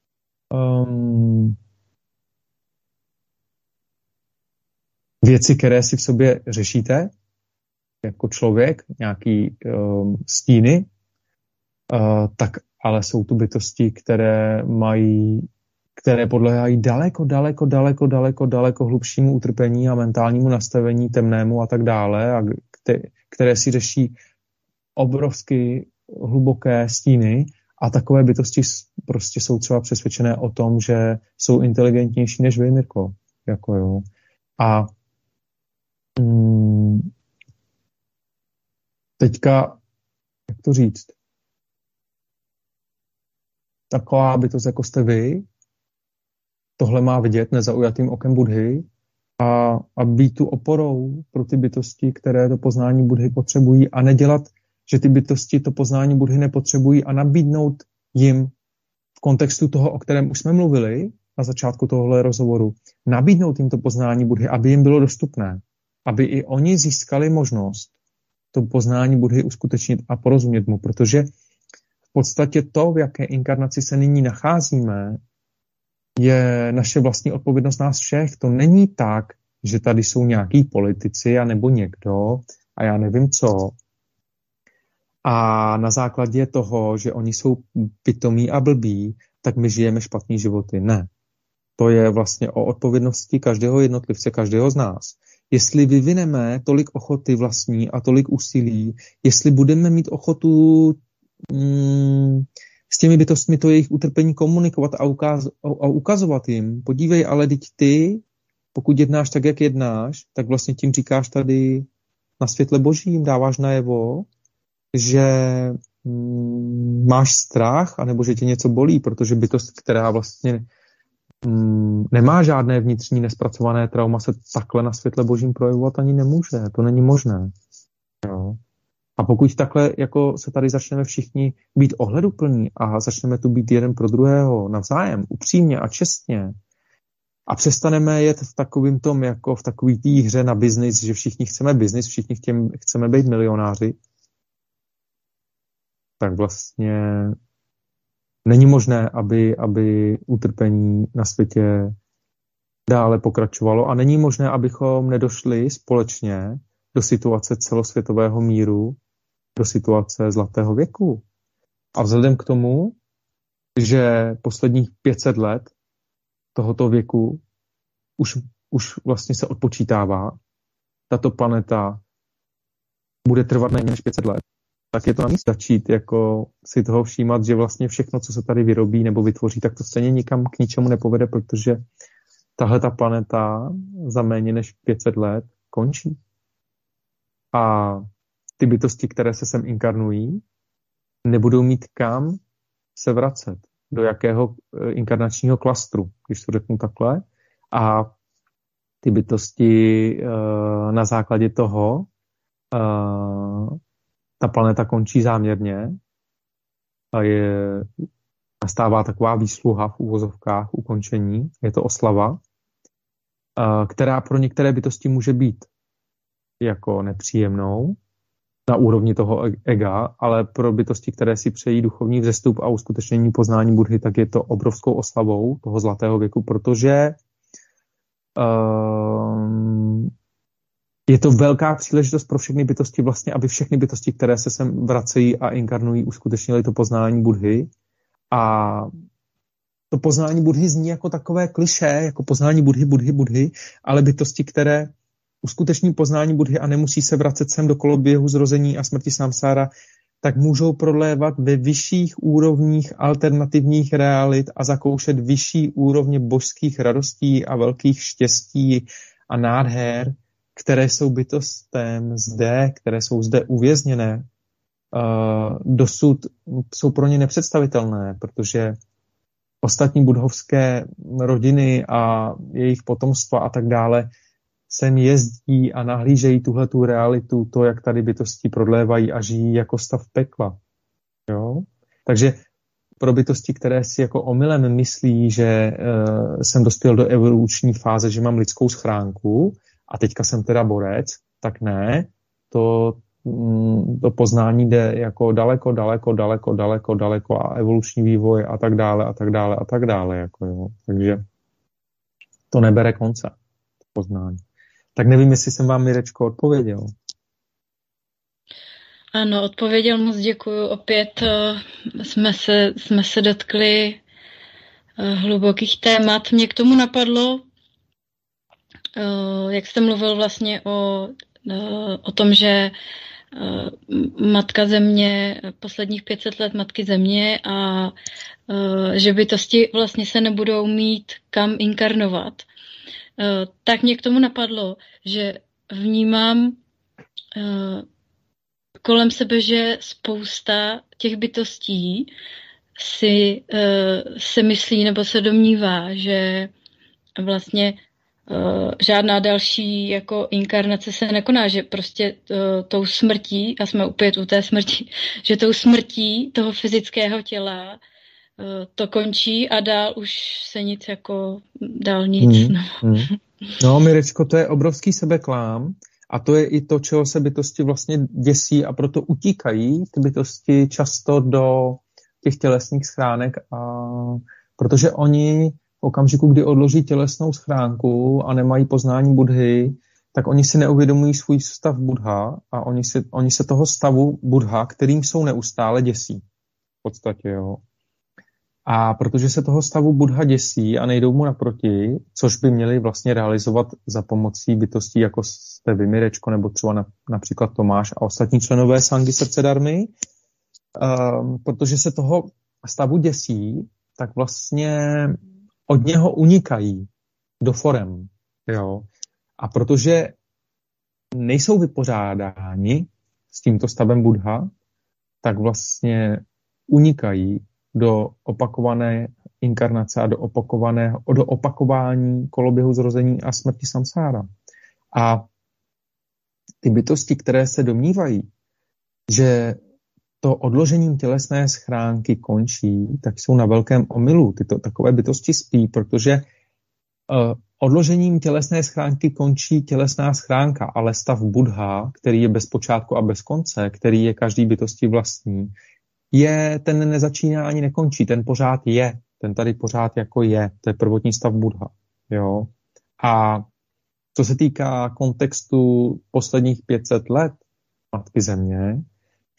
věci, které si v sobě řešíte jako člověk, nějaký stíny, tak ale jsou tu bytosti, které podléhají daleko hlubšímu utrpení a mentálnímu nastavení temnému a tak dále, a které si řeší obrovsky hluboké stíny a takové bytosti prostě jsou třeba přesvědčené o tom, že jsou inteligentnější než vy, Mirko. Jako jo. A teďka, jak to říct, taková bytost, jako jste vy, tohle má vidět nezaujatým okem Buddhy a být tu oporou pro ty bytosti, které to poznání Buddhy potřebují a nedělat, že ty bytosti to poznání Buddhy nepotřebují a nabídnout jim v kontextu toho, o kterém už jsme mluvili na začátku tohohle rozhovoru, nabídnout jim to poznání Buddhy, aby jim bylo dostupné, aby i oni získali možnost to poznání Buddhy uskutečnit a porozumět mu, protože v podstatě to, v jaké inkarnaci se nyní nacházíme, je naše vlastní odpovědnost nás všech. To není tak, že tady jsou nějaký politici a nebo někdo a já nevím co. A na základě toho, že oni jsou pitomí a blbí, tak my žijeme špatný životy. Ne. To je vlastně o odpovědnosti každého jednotlivce, každého z nás. Jestli vyvineme tolik ochoty vlastní a tolik úsilí, jestli budeme mít ochotu s těmi bytostmi to jejich utrpení komunikovat a ukazovat jim. Podívej, ale teď ty, pokud jednáš tak, jak jednáš, tak vlastně tím říkáš tady na světle božím, dáváš najevo, že máš strach, anebo že tě něco bolí, protože bytost, která vlastně nemá žádné vnitřní nespracované trauma, se takhle na světle božím projevovat ani nemůže. To není možné. Jo. A pokud takhle jako se tady začneme všichni být ohleduplní a začneme tu být jeden pro druhého navzájem, upřímně a čestně a přestaneme jet v takovým tom, jako v takový té hře na biznis, že všichni chceme biznis, všichni chceme být milionáři, tak vlastně není možné, aby utrpení na světě dále pokračovalo a není možné, abychom nedošli společně do situace celosvětového míru do situace zlatého věku. A vzhledem k tomu, že posledních 500 let tohoto věku už vlastně se odpočítává, tato planeta bude trvat méně než 500 let, tak je to na místě začít jako si toho všímat, že vlastně všechno, co se tady vyrobí nebo vytvoří, tak to stejně nikam k ničemu nepovede, protože tahle ta planeta za méně než 500 let končí. A ty bytosti, které se sem inkarnují, nebudou mít kam se vracet, do jakého inkarnačního klastru, když to řeknu takhle. A ty bytosti na základě toho ta planeta končí záměrně a nastává taková výsluha v uvozovkách ukončení, je to oslava, která pro některé bytosti může být jako nepříjemnou na úrovni toho ega, ale pro bytosti, které si přejí duchovní vzestup a uskutečnění poznání Buddhy, tak je to obrovskou oslavou toho zlatého věku, protože je to velká příležitost pro všechny bytosti vlastně, aby všechny bytosti, které se sem vracejí a inkarnují, uskutečnili to poznání Buddhy. A to poznání Buddhy zní jako takové klišé, jako poznání Buddhy, ale bytosti, které uskuteční poznání Buddhy a nemusí se vracet sem do koloběhu zrození a smrti samsára, tak můžou prolévat ve vyšších úrovních alternativních realit a zakoušet vyšší úrovně božských radostí a velkých štěstí a nádher, které jsou bytostem zde, které jsou zde uvězněné, dosud jsou pro ně nepředstavitelné, protože ostatní budhovské rodiny a jejich potomstva a tak dále sem jezdí a nahlížejí tuhletu realitu, to, jak tady bytosti prodlévají a žijí jako stav pekla. Jo? Takže pro bytosti, které si jako omylem myslí, že jsem dospěl do evoluční fáze, že mám lidskou schránku a teďka jsem teda borec, tak ne, to poznání jde jako daleko a evoluční vývoj a tak dále. Jako jo. Takže to nebere konce, to poznání. Tak nevím, jestli jsem vám, Mirečko, odpověděl. Ano, odpověděl, moc děkuju. Opět jsme se dotkli hlubokých témat. Mě k tomu napadlo, jak jste mluvil vlastně o tom, že Matka Země, posledních 500 let Matky Země a že bytosti vlastně se nebudou mít kam inkarnovat. Tak mě k tomu napadlo, že vnímám kolem sebe, že spousta těch bytostí se myslí nebo se domnívá, že vlastně žádná další jako inkarnace se nekoná, že prostě tou smrtí, a jsme opět u té smrti, že tou smrtí toho fyzického těla to končí a dál už se nic jako dál nic. No, Mirečko, to je obrovský sebeklám a to je i to, čeho se bytosti vlastně děsí a proto utíkají ty bytosti často do těch tělesných schránek, protože oni v okamžiku, kdy odloží tělesnou schránku a nemají poznání Buddhy, tak oni si neuvědomují svůj stav Buddha a oni se toho stavu Buddha, kterým jsou neustále, děsí. V podstatě, jo. A protože se toho stavu Buddha děsí a nejdou mu naproti, což by měli vlastně realizovat za pomocí bytostí, jako jste vy, Mirečko, nebo třeba například Tomáš a ostatní členové Sangy Srdce Dharmy, protože se toho stavu děsí, tak vlastně od něho unikají do forem. Jo? A protože nejsou vypořádáni s tímto stavem Buddha, tak vlastně unikají do opakované inkarnace a do opakování koloběhu zrození a smrti samsára. A ty bytosti, které se domnívají, že to odložením tělesné schránky končí, tak jsou na velkém omylu. Takové bytosti spí, protože odložením tělesné schránky končí tělesná schránka, ale stav Buddha, který je bez počátku a bez konce, který je každý bytosti vlastní, ten nezačíná ani nekončí, ten pořád je, ten tady pořád jako je, to je prvotní stav Buddha. Jo? A co se týká kontextu posledních 500 let Matky Země,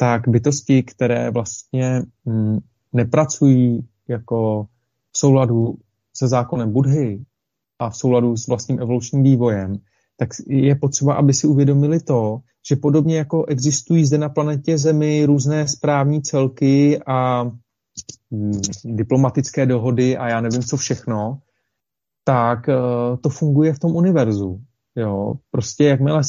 tak bytosti, které vlastně nepracují jako v souladu se zákonem Buddhy a v souladu s vlastním evolučním vývojem, tak je potřeba, aby si uvědomili to, že podobně jako existují zde na planetě Zemi různé správní celky a diplomatické dohody a já nevím co všechno, tak to funguje v tom univerzu. Jo? Prostě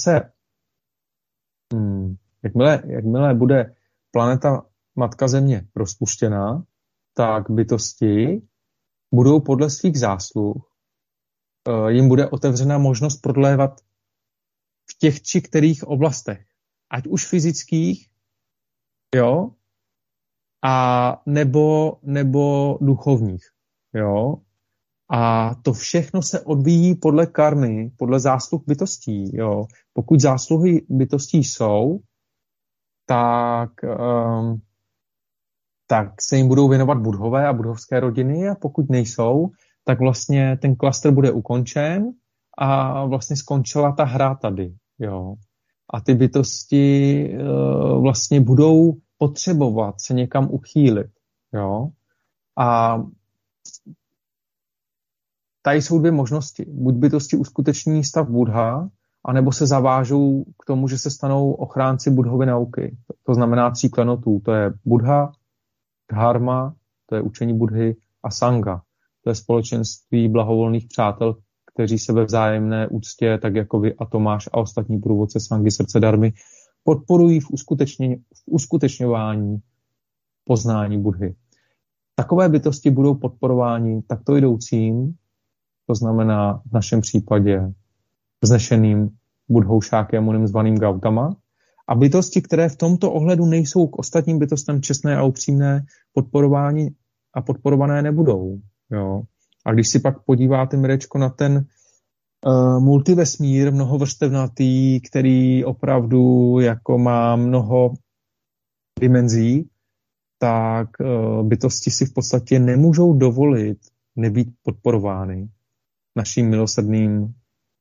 jakmile bude planeta Matka Země rozpuštěná, tak bytosti budou podle svých zásluh, jim bude otevřena možnost prodlévat v těch či kterých oblastech, ať už fyzických, jo, a nebo duchovních, jo. A to všechno se odvíjí podle karmy, podle zásluh bytostí, jo. Pokud zásluhy bytostí jsou, tak se jim budou věnovat budhové a budhovské rodiny, a pokud nejsou, tak vlastně ten klastr bude ukončen a vlastně skončila ta hra tady, jo. A ty bytosti vlastně budou potřebovat se někam uchýlit, jo. A tady jsou dvě možnosti. Buď bytosti uskuteční stav Buddha, anebo se zavážou k tomu, že se stanou ochránci Buddhovy nauky. To znamená 3 klenotů. To je Buddha, Dharma, to je učení Buddhy, a Sangha. To je společenství blahovolných přátel, kteří se ve vzájemné úctě, tak jako vy a Tomáš a ostatní průvodce Sangy srdce Dharmy, podporují v uskutečňování poznání Buddhy. Takové bytosti budou podporováni takto jdoucím, to znamená v našem případě vznešeným Buddhou Šákyamunim zvaným Gautama, a bytosti, které v tomto ohledu nejsou k ostatním bytostem čestné a upřímné, podporování a podporované nebudou. Jo. A když si pak podíváte, Mirečko, na ten multivesmír mnohovrstevnatý, který opravdu jako má mnoho dimenzí, tak bytosti si v podstatě nemůžou dovolit nebýt podporovány naším milosrdným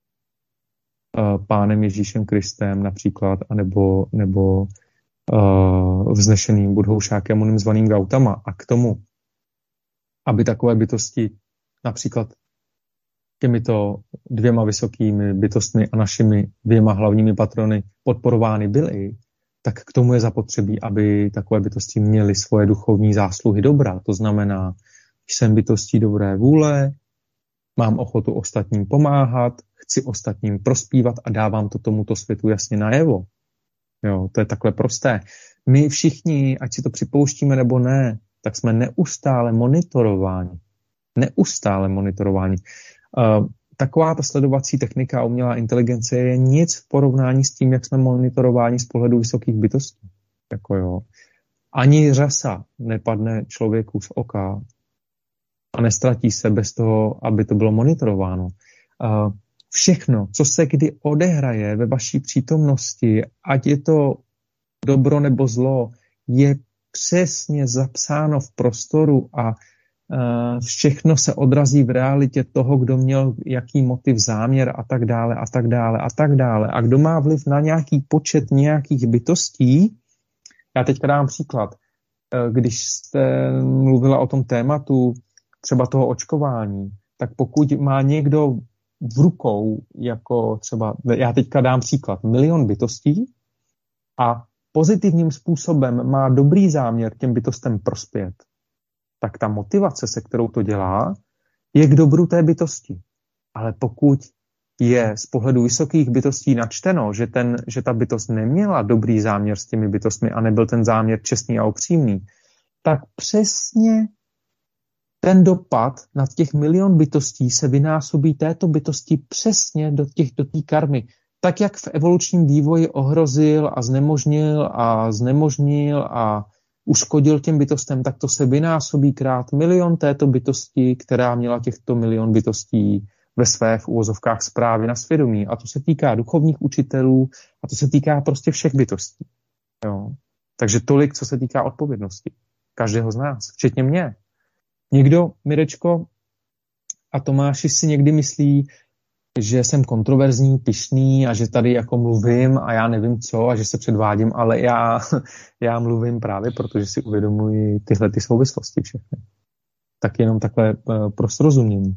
Pánem Ježíšem Kristem například, nebo vznešeným Buddhou Šákyamunim zvaným Gautama. A k tomu, aby takové bytosti například těmito 2 vysokými bytostmi a našimi 2 hlavními patrony podporovány byly, tak k tomu je zapotřebí, aby takové bytosti měly svoje duchovní zásluhy dobra. To znamená, jsem bytostí dobré vůle, mám ochotu ostatním pomáhat, chci ostatním prospívat a dávám to tomuto světu jasně najevo. Jo, to je takhle prosté. My všichni, ať si to připouštíme nebo ne, tak jsme neustále monitorováni. Taková ta sledovací technika a umělá inteligence je nic v porovnání s tím, jak jsme monitorováni z pohledu vysokých bytostí. Jako jo. Ani řasa nepadne člověku z oka a nestratí se bez toho, aby to bylo monitorováno. Všechno, co se kdy odehraje ve vaší přítomnosti, ať je to dobro nebo zlo, je přesně zapsáno v prostoru a všechno se odrazí v realitě toho, kdo měl jaký motiv, záměr a tak dále a tak dále a tak dále. A kdo má vliv na nějaký počet nějakých bytostí. Já teďka dám příklad. Když jste mluvila o tom tématu třeba toho očkování, tak pokud má někdo v rukou, jako třeba, já teďka dám příklad, 1 000 000 bytostí a pozitivním způsobem má dobrý záměr těm bytostem prospět, tak ta motivace, se kterou to dělá, je k dobru té bytosti. Ale pokud je z pohledu vysokých bytostí načteno, že ta bytost neměla dobrý záměr s těmi bytostmi a nebyl ten záměr čestný a upřímný, tak přesně ten dopad na těch 1 000 000 bytostí se vynásobí této bytosti přesně do té karmy. Tak, jak v evolučním vývoji ohrozil a znemožnil a uškodil těm bytostem, tak to se vynásobí krát 1 000 000 této bytosti, která měla těchto 1 000 000 bytostí ve své v uvozovkách správy na svědomí. A to se týká duchovních učitelů a to se týká prostě všech bytostí. Jo. Takže tolik, co se týká odpovědnosti. Každého z nás, včetně mě. Někdo, Mirečko a Tomáši, si někdy myslí, že jsem kontroverzní, pyšný a že tady jako mluvím a já nevím co a že se předvádím, ale já mluvím právě proto, že si uvědomuji tyhle ty souvislosti všechny. Tak jenom takhle pro srozumění.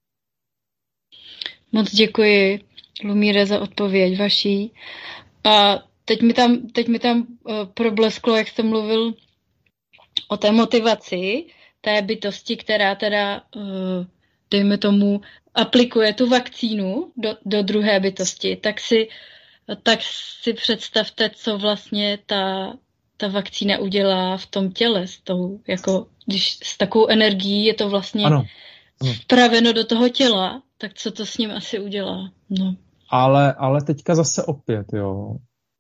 Moc děkuji, Lumíre, za odpověď vaší. A teď mi tam problesklo, jak jste mluvil o té motivaci té bytosti, která teda, dejme tomu, aplikuje tu vakcínu do druhé bytosti, tak si představte, co vlastně ta vakcína udělá v tom těle, když s takovou energií je to vlastně ano. vpraveno do toho těla, tak co to s ním asi udělá? No. Ale teďka zase opět, jo.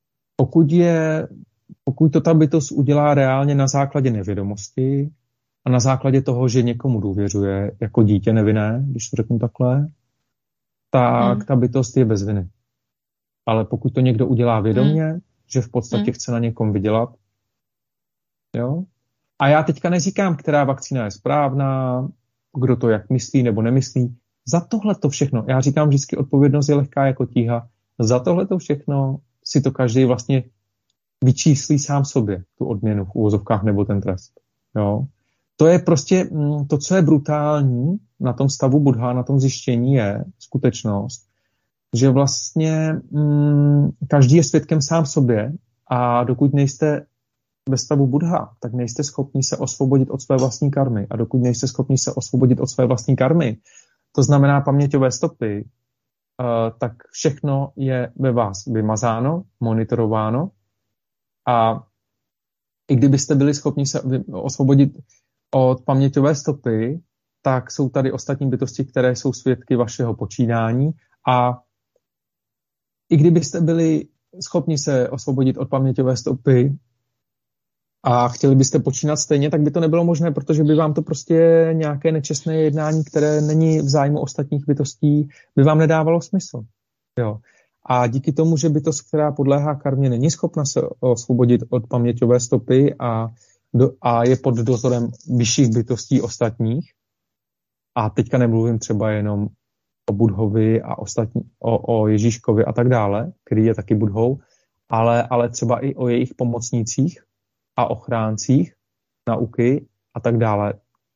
Pokud to ta bytost udělá reálně na základě nevědomosti a na základě toho, že někomu důvěřuje, jako dítě nevinné, když to řeknu takhle, tak ta bytost je bez viny. Ale pokud to někdo udělá vědomě, že v podstatě chce na někom vydělat, jo. A já teďka neříkám, která vakcína je správná, kdo to jak myslí nebo nemyslí. Za tohle to všechno, já říkám vždycky, odpovědnost je lehká jako tíha, za tohle to všechno si to každý vlastně vyčíslí sám sobě, tu odměnu v uvozovkách nebo ten trest. Jo? To je prostě, to, co je brutální na tom stavu Buddha, na tom zjištění je skutečnost, že vlastně každý je svědkem sám sobě a dokud nejste ve stavu Buddha, tak nejste schopni se osvobodit od své vlastní karmy. A dokud nejste schopni se osvobodit od své vlastní karmy, to znamená paměťové stopy, tak všechno je ve vás vymazáno, monitorováno a i kdybyste byli schopni se osvobodit od paměťové stopy, tak jsou tady ostatní bytosti, které jsou svědky vašeho počínání a i kdybyste byli schopni se osvobodit od paměťové stopy a chtěli byste počínat stejně, tak by to nebylo možné, protože by vám to prostě nějaké nečestné jednání, které není v zájmu ostatních bytostí, by vám nedávalo smysl. Jo. A díky tomu, že bytost, která podléhá karmě, není schopna se osvobodit od paměťové stopy a je pod dozorem vyšších bytostí ostatních, a teďka nemluvím třeba jenom o Budhovi a o Ježíškovi a tak dále, který je taky Budhou, ale třeba i o jejich pomocnících a ochráncích nauky a tak dále.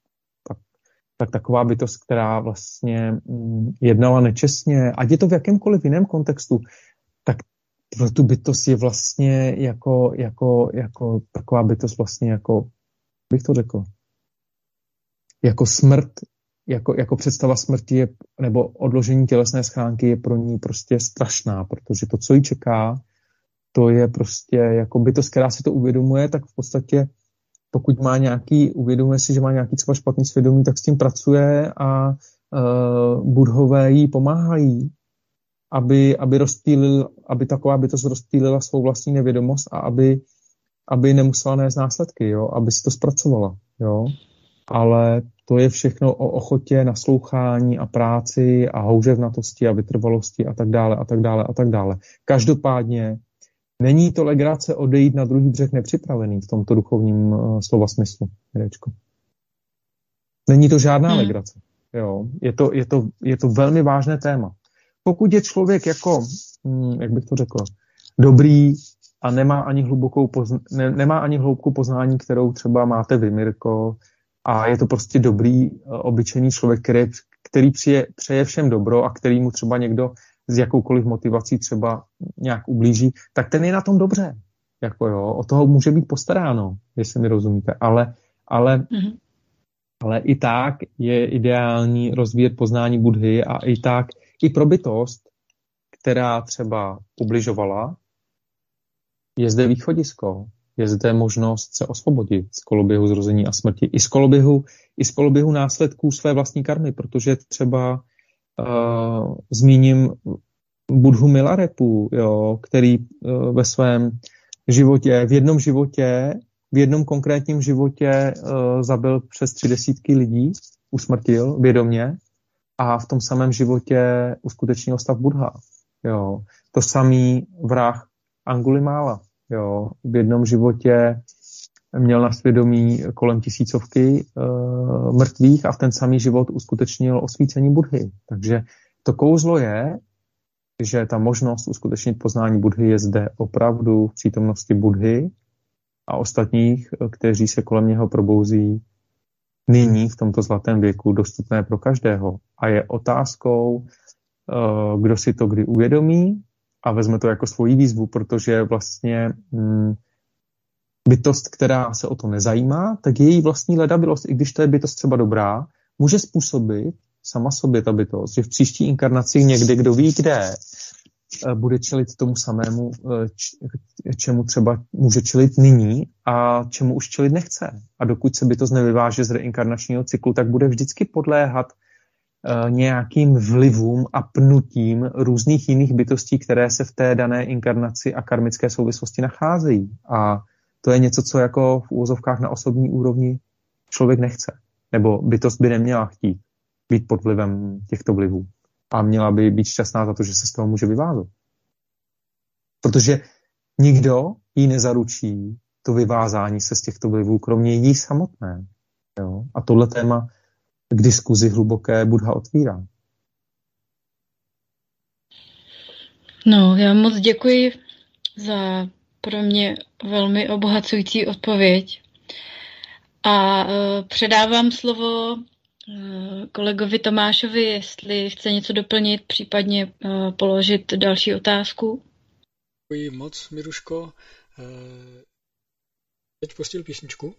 Tak taková bytost, která vlastně jednala nečestně, ať je to v jakémkoliv jiném kontextu, tak pro tu bytost je vlastně jako taková bytost vlastně jako, bych to řekl, jako smrt, jako představa smrti je, nebo odložení tělesné schránky je pro ní prostě strašná, protože to, co jí čeká, to je prostě jako bytost, která si to uvědomuje, tak v podstatě pokud má uvědomuje si, že má nějaký třeba špatný svědomí, tak s tím pracuje a Budhové jí pomáhají, aby taková bytost rozptýlila svou vlastní nevědomost a aby nemusela nést následky, jo? Aby si to zpracovala. Jo? Ale to je všechno o ochotě, naslouchání a práci a houževnatosti a vytrvalosti a tak dále a tak dále a tak dále. Každopádně není to legrace odejít na druhý břeh nepřipravený v tomto duchovním slova smyslu, Mirečko. Není to žádná legrace. Jo. Je to velmi vážné téma. Pokud je člověk jako, jak bych to řekl, dobrý a nemá ani hloubku poznání, kterou třeba máte vy, Mirko, a je to prostě dobrý, obyčejný člověk, který přeje všem dobro a který mu třeba někdo s jakoukoliv motivací třeba nějak ublíží, tak ten je na tom dobře. Jako jo, o toho může být postaráno, jestli mi rozumíte. Ale i tak je ideální rozvíjet poznání Buddhy a i tak i pro bytost, která třeba ubližovala, je zde východisko, je zde možnost se osvobodit z koloběhu zrození a smrti. I z koloběhu následků své vlastní karmy, protože třeba zmíním Budhu Milarepu, jo, který ve svém životě, v jednom konkrétním životě zabil přes 30 lidí, usmrtil vědomě a v tom samém životě uskutečnil stav Buddha. Jo. To samý vrah Angulimála. Jo. V jednom životě měl na svědomí kolem 1000 mrtvých a v ten samý život uskutečnil osvícení Buddhy. Takže To kouzlo je, že ta možnost uskutečnit poznání Buddhy je zde opravdu v přítomnosti Buddhy a ostatních, kteří se kolem něho probouzí nyní v tomto zlatém věku, dostupné pro každého. A je otázkou, kdo si to kdy uvědomí a vezme to jako svoji výzvu, protože vlastně bytost, která se o to nezajímá, tak její vlastní ledabilost, i když to je bytost třeba dobrá, může způsobit sama sobě ta bytost, že v příští inkarnaci někdy, kdo ví kde, bude čelit tomu samému, čemu třeba může čelit nyní a čemu už čelit nechce. A dokud se bytost nevyváže z reinkarnačního cyklu, tak bude vždycky podléhat nějakým vlivům a pnutím různých jiných bytostí, které se v té dané inkarnaci a karmické souvislosti nacházejí. A to je něco, co jako v úvozovkách na osobní úrovni člověk nechce. Nebo bytost by neměla chtít být pod vlivem těchto vlivů. A měla by být šťastná za to, že se z toho může vyvázat. Protože nikdo jí nezaručí to vyvázání se z těchto vlivů, kromě jí samotné. Jo? A tohle téma k diskuzi hluboké Buddha otvírá. No, já moc děkuji za pro mě velmi obohacující odpověď. A předávám slovo kolegovi Tomášovi, jestli chce něco doplnit, případně položit další otázku. Děkuji moc, Miruško. Teď pustil písničku.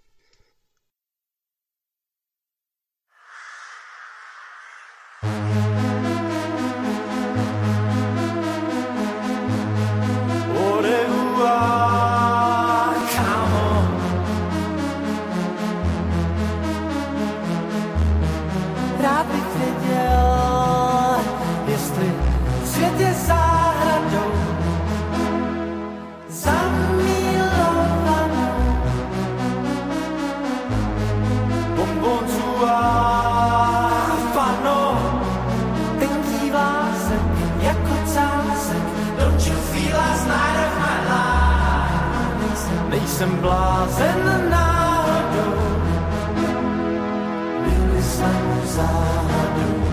Nejsem blázen náhodou, byli jsem záhadou,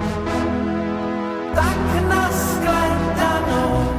tak nashledanou.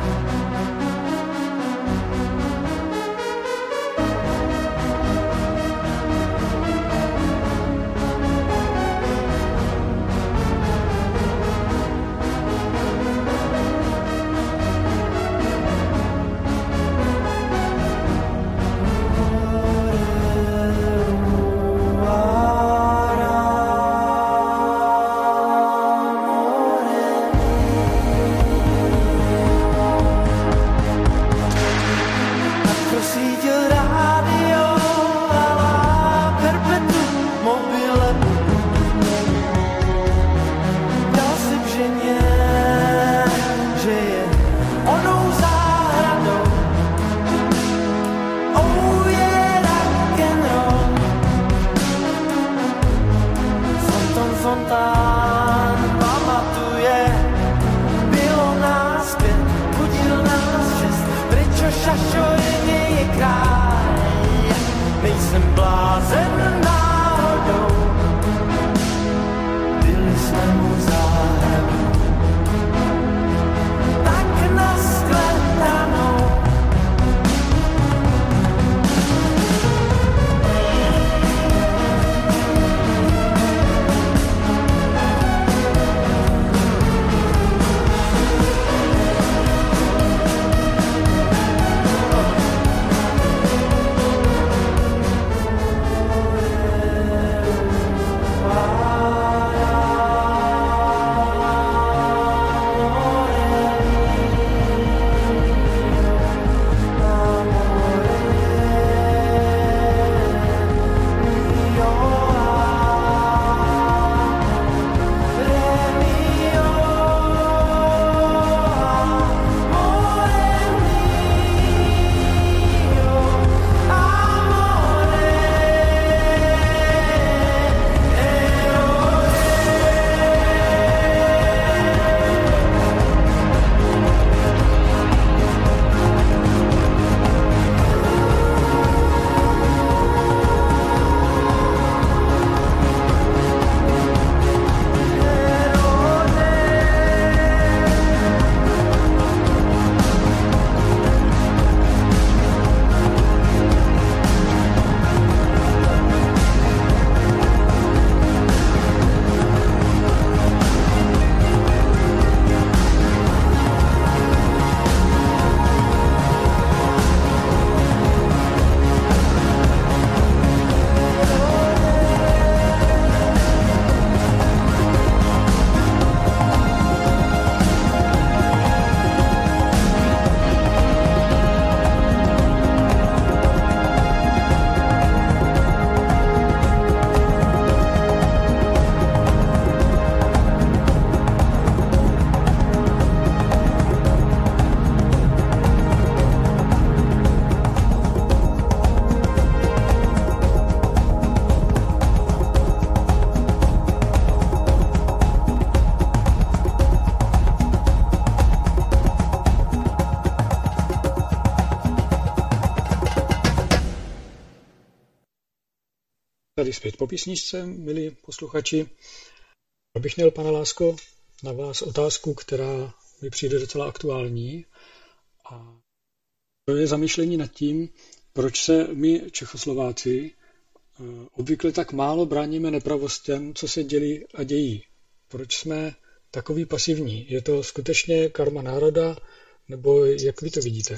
tady zpět po písničce, milí posluchači. Abych měl, pane Lásko, na vás otázku, která mi přijde docela aktuální. A to je zamýšlení nad tím, proč se my, Čechoslováci, obvykle tak málo bráníme nepravostem, co se dělí a dějí. Proč jsme takový pasivní? Je to skutečně karma národa, nebo jak vy to vidíte?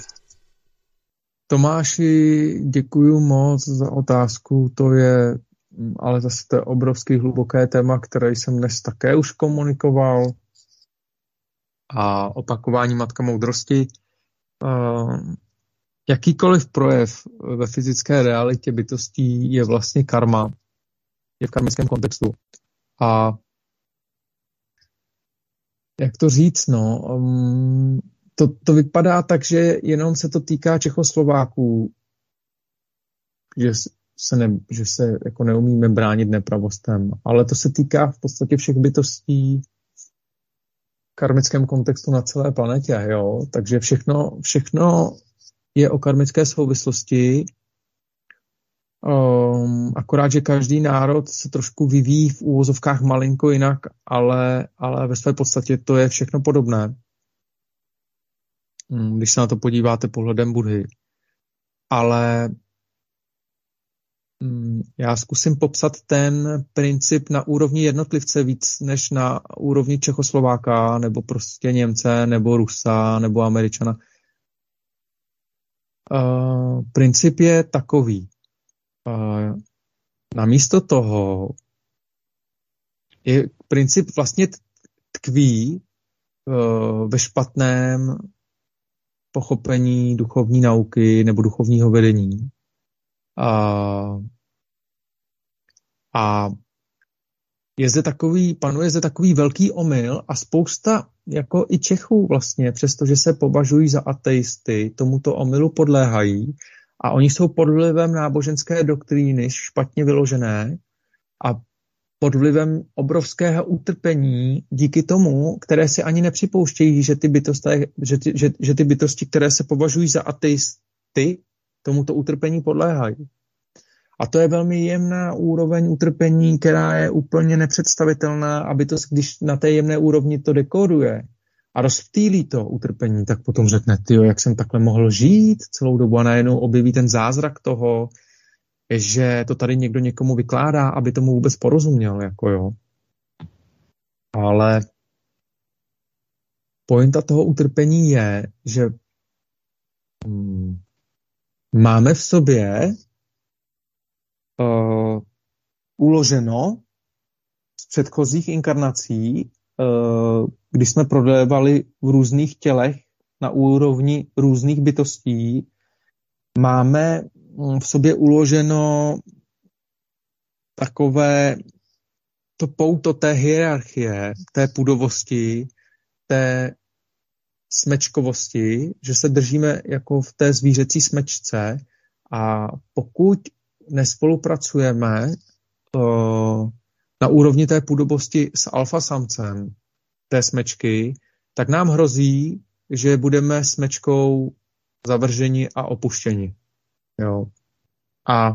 Tomáši, děkuju moc za otázku. To je, ale zase to je obrovský hluboké téma, které jsem dnes také už komunikoval. A opakování matka moudrosti. Jakýkoliv projev ve fyzické realitě bytostí je vlastně karma. Je v karmickém kontextu. A jak to říct, no? To vypadá tak, že jenom se to týká Čechoslováků, že se jako neumíme bránit nepravostem, ale to se týká v podstatě všech bytostí v karmickém kontextu na celé planetě, jo? Takže všechno je o karmické souvislosti, akorát, že každý národ se trošku vyvíjí v úvozovkách malinko jinak, ale ve své podstatě to je všechno podobné, když se na to podíváte pohledem Budhy. Ale já zkusím popsat ten princip na úrovni jednotlivce víc než na úrovni Čechoslováka, nebo prostě Němce, nebo Rusa, nebo Američana. Princip je takový. Namísto toho je princip vlastně tkví ve špatném pochopení duchovní nauky nebo duchovního vedení. A panuje zde takový velký omyl a spousta jako i Čechů vlastně, přestože se považují za ateisty, tomuto omylu podléhají a oni jsou pod vlivem náboženské doktríny špatně vyložené a pod vlivem obrovského utrpení díky tomu, které si ani nepřipouštějí, že ty bytosti, které se považují za ateisty, tomuto utrpení podléhají. A to je velmi jemná úroveň utrpení, která je úplně nepředstavitelná, aby to, když na té jemné úrovni to dekóduje a rozptýlí to utrpení, tak potom řekne, tyjo, jak jsem takhle mohl žít celou dobu a najednou objeví ten zázrak toho, že to tady někdo někomu vykládá, aby tomu vůbec porozuměl, jako jo. Ale pointa toho utrpení je, že máme v sobě uloženo z předchozích inkarnací, kdy jsme prodlévali v různých tělech na úrovni různých bytostí, máme v sobě uloženo takové to pouto té hierarchie, té pudovosti, té smečkovosti, že se držíme jako v té zvířecí smečce a pokud nespolupracujeme na úrovni té pudovosti s alfasamcem té smečky, tak nám hrozí, že budeme smečkou zavrženi a opuštěni. Jo. A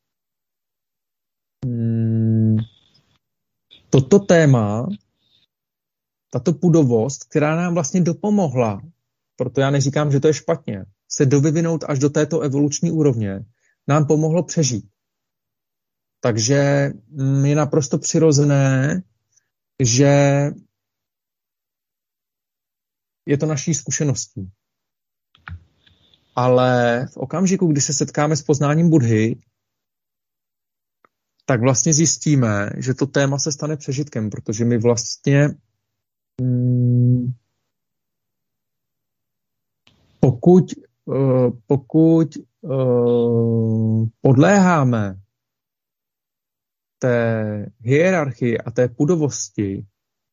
toto téma, tato pudovost, která nám vlastně dopomohla, proto já neříkám, že to je špatně, se dovyvinout až do této evoluční úrovně, nám pomohlo přežít. Takže je naprosto přirozené, že je to naší zkušeností. Ale v okamžiku, kdy se setkáme s poznáním Budhy, tak vlastně zjistíme, že to téma se stane přežitkem, protože my vlastně pokud podléháme té hierarchii a té pudovosti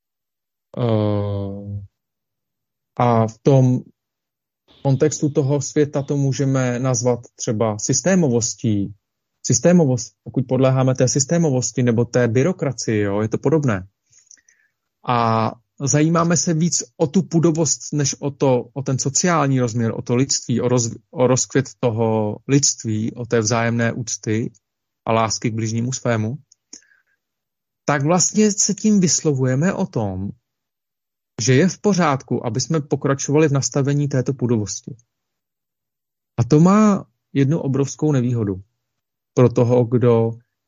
a v tom kontextu toho světa to můžeme nazvat třeba systémovostí. Systémovost, pokud podléháme té systémovosti nebo té byrokracii, jo, je to podobné. A zajímáme se víc o tu pudovost, než o ten sociální rozměr, o to lidství, o rozkvět toho lidství, o té vzájemné úcty, a lásky k bližnímu svému, tak vlastně se tím vyslovujeme o tom, že je v pořádku, aby jsme pokračovali v nastavení této pudovosti. A to má jednu obrovskou nevýhodu pro toho, kdo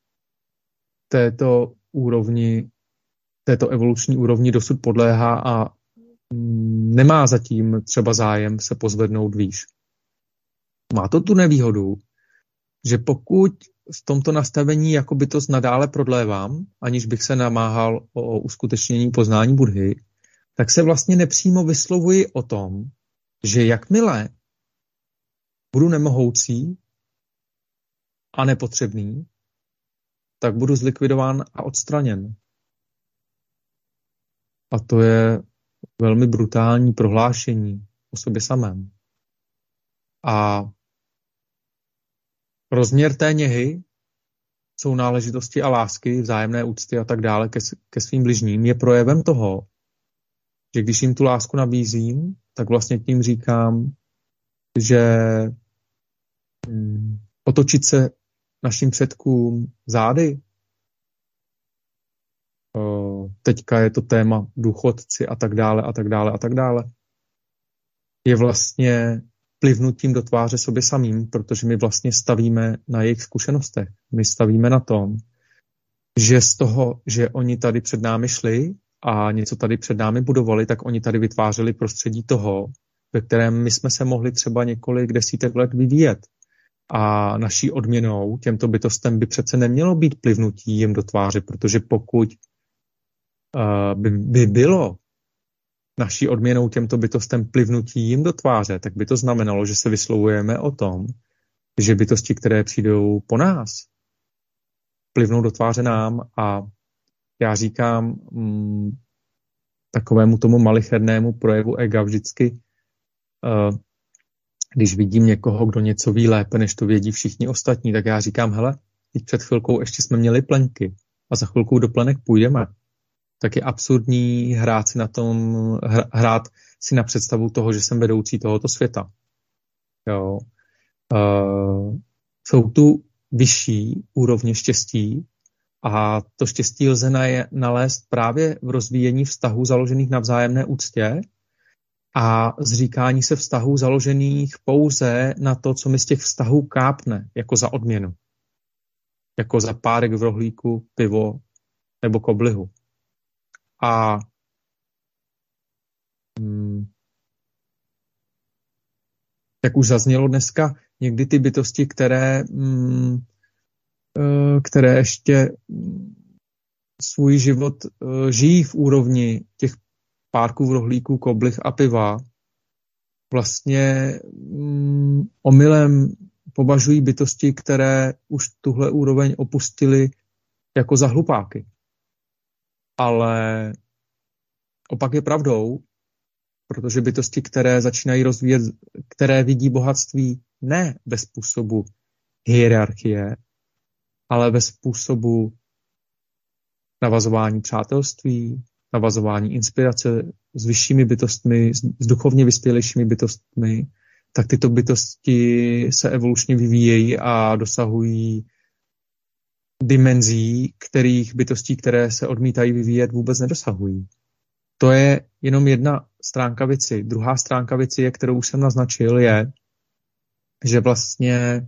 této evoluční úrovni dosud podléhá a nemá zatím třeba zájem se pozvednout výš. Má to tu nevýhodu, že pokud v tomto nastavení jako bytost nadále prodlévám, aniž bych se namáhal o uskutečnění poznání Buddhy, tak se vlastně nepřímo vyslovuji o tom, že jakmile budu nemohoucí a nepotřebný, tak budu zlikvidován a odstraněn. A to je velmi brutální prohlášení o sobě samém. A rozměr té něhy jsou náležitosti a lásky, vzájemné úcty a tak dále ke svým bližním, je projevem toho, že když jim tu lásku nabízím, tak vlastně tím říkám, že otočit se našim předkům zády, teďka je to téma důchodci a tak dále, je vlastně plivnutím do tváře sobě samým, protože my vlastně stavíme na jejich zkušenostech. My stavíme na tom, že z toho, že oni tady před námi šli a něco tady před námi budovali, tak oni tady vytvářeli prostředí toho, ve kterém my jsme se mohli třeba několik desítek let vyvíjet. A naší odměnou těmto bytostem by přece nemělo být plivnutí jim do tváře, protože pokud by bylo naší odměnou těmto bytostem plivnutí jim do tváře, tak by to znamenalo, že se vyslovujeme o tom, že bytosti, které přijdou po nás, plivnou do tváře nám a já říkám takovému tomu malichernému projevu ega vždycky, když vidím někoho, kdo něco ví lépe, než to vědí všichni ostatní, tak já říkám, hele, teď před chvilkou ještě jsme měli plenky a za chvilkou do plenek půjdeme. Tak je absurdní hrát si na představu toho, že jsem vedoucí tohoto světa. Jo. Jsou tu vyšší úrovně štěstí a to štěstí lze nalézt právě v rozvíjení vztahů založených na vzájemné úctě a zříkání se vztahů založených pouze na to, co mi z těch vztahů kápne, jako za odměnu. Jako za párek v rohlíku, pivo nebo koblihu. A jak už zaznělo dneska, někdy ty bytosti, které ještě svůj život žijí v úrovni těch párků v rohlíku, koblih a piva, vlastně omylem považují bytosti, které už tuhle úroveň opustili jako za hlupáky. Ale opak je pravdou, protože bytosti, které začínají rozvíjet, které vidí bohatství ne ve způsobu hierarchie, ale ve způsobu navazování přátelství, navazování inspirace s vyššími bytostmi, s duchovně vyspělejšími bytostmi, tak tyto bytosti se evolučně vyvíjejí a dosahují dimenzí, kterých bytostí, které se odmítají vyvíjet, vůbec nedosahují. To je jenom jedna stránka věci. Druhá stránka věci, kterou už jsem naznačil, je, že vlastně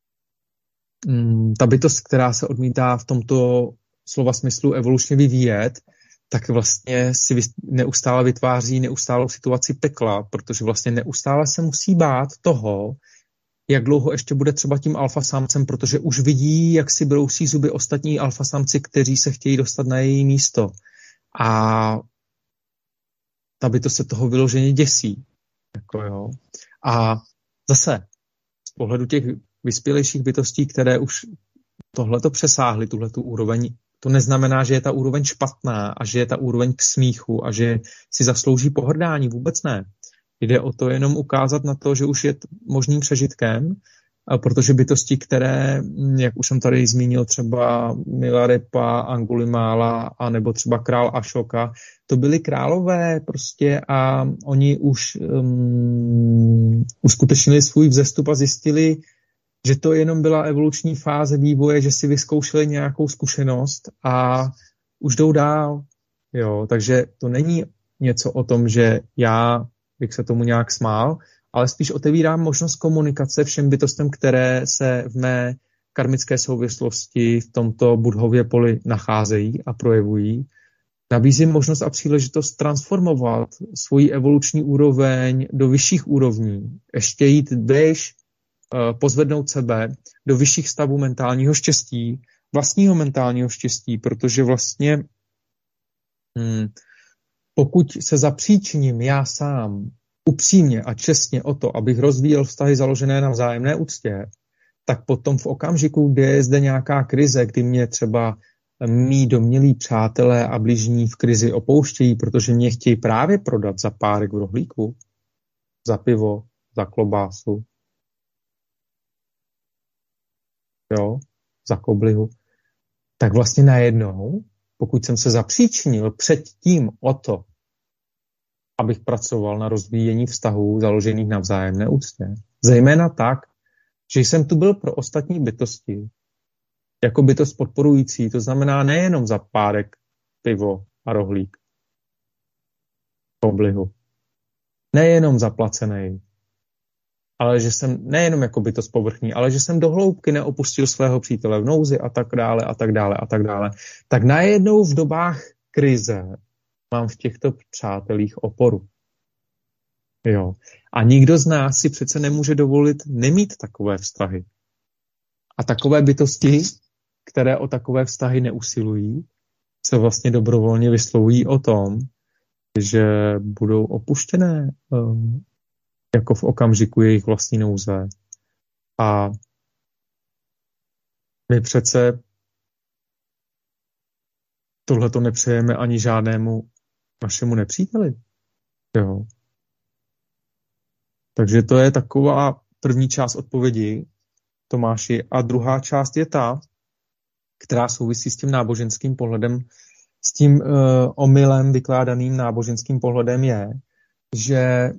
ta bytost, která se odmítá v tomto slova smyslu evolučně vyvíjet, tak vlastně si neustále vytváří neustálou situaci pekla, protože vlastně neustále se musí bát toho, jak dlouho ještě bude třeba tím alfasamcem, protože už vidí, jak si brousí zuby ostatní alfasamci, kteří se chtějí dostat na její místo. A ta bytost se toho vyloženě děsí. Jako jo. A zase z pohledu těch vyspělejších bytostí, které už tohleto přesáhly, tuhletu úroveň, to neznamená, že je ta úroveň špatná a že je ta úroveň k smíchu a že si zaslouží pohrdání. Vůbec ne. Jde o to jenom ukázat na to, že už je možným přežitkem, protože bytosti, které, jak už jsem tady zmínil, třeba Milarepa, Angulimála a nebo třeba král Ašoka, to byli králové prostě a oni už uskutečnili svůj vzestup a zjistili, že to jenom byla evoluční fáze vývoje, že si vyzkoušeli nějakou zkušenost a už jdou dál. Jo, takže to není něco o tom, že já bych se tomu nějak smál, ale spíš otevírám možnost komunikace všem bytostem, které se v mé karmické souvislosti v tomto Budhově poli nacházejí a projevují. Nabízím možnost a příležitost transformovat svoji evoluční úroveň do vyšších úrovní, ještě jít výš, pozvednout sebe do vyšších stavů mentálního štěstí, vlastního mentálního štěstí, protože vlastně pokud se zapříčiním já sám upřímně a čestně o to, abych rozvíjel vztahy založené na vzájemné úctě, tak potom v okamžiku, kdy je zde nějaká krize, kdy mě třeba mí domnělí přátelé a bližní v krizi opouštějí, protože mě chtějí právě prodat za párek v rohlíku, za pivo, za klobásu, jo, za koblihu, tak vlastně najednou, pokud jsem se zapříčinil předtím o to, abych pracoval na rozvíjení vztahů založených na vzájemné úctě, zejména tak, že jsem tu byl pro ostatní bytosti, jako bytost podporující, to znamená nejenom za párek, pivo a rohlík, koblihu, nejenom zaplacený, ale že jsem nejenom jako bytost povrchní, ale že jsem do hloubky neopustil svého přítele v nouzi a tak dále a tak dále a tak dále. Tak najednou v dobách krize mám v těchto přátelích oporu. Jo. A nikdo z nás si přece nemůže dovolit nemít takové vztahy. A takové bytosti, které o takové vztahy neusilují, se vlastně dobrovolně vyslovují o tom, že budou opuštěné jako v okamžiku jejich vlastní nouze. A my přece tohleto nepřejeme ani žádnému našemu nepříteli. Jo. Takže to je taková první část odpovědi, Tomáši. A druhá část je ta, která souvisí s tím náboženským pohledem, s tím omylem vykládaným náboženským pohledem je, že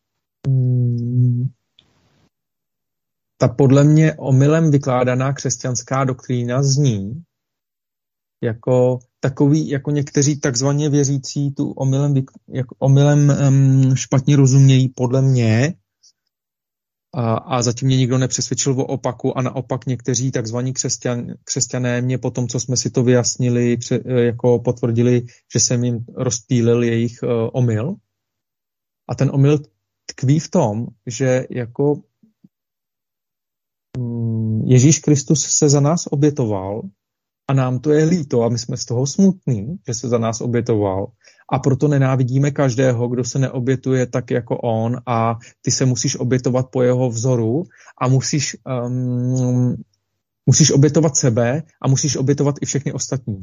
ta podle mě omylem vykládaná křesťanská doktrína zní jako takový, jako někteří takzvaně věřící tu omylem špatně rozumějí podle mě a zatím mě nikdo nepřesvědčil o opaku a naopak někteří takzvaní křesťané mě po tom, co jsme si to vyjasnili, jako potvrdili, že jsem jim rozptýlil jejich omyl. A ten omyl tkví v tom, že jako Ježíš Kristus se za nás obětoval a nám to je líto a my jsme z toho smutní, že se za nás obětoval a proto nenávidíme každého, kdo se neobětuje tak jako on a ty se musíš obětovat po jeho vzoru a musíš obětovat sebe a musíš obětovat i všechny ostatní.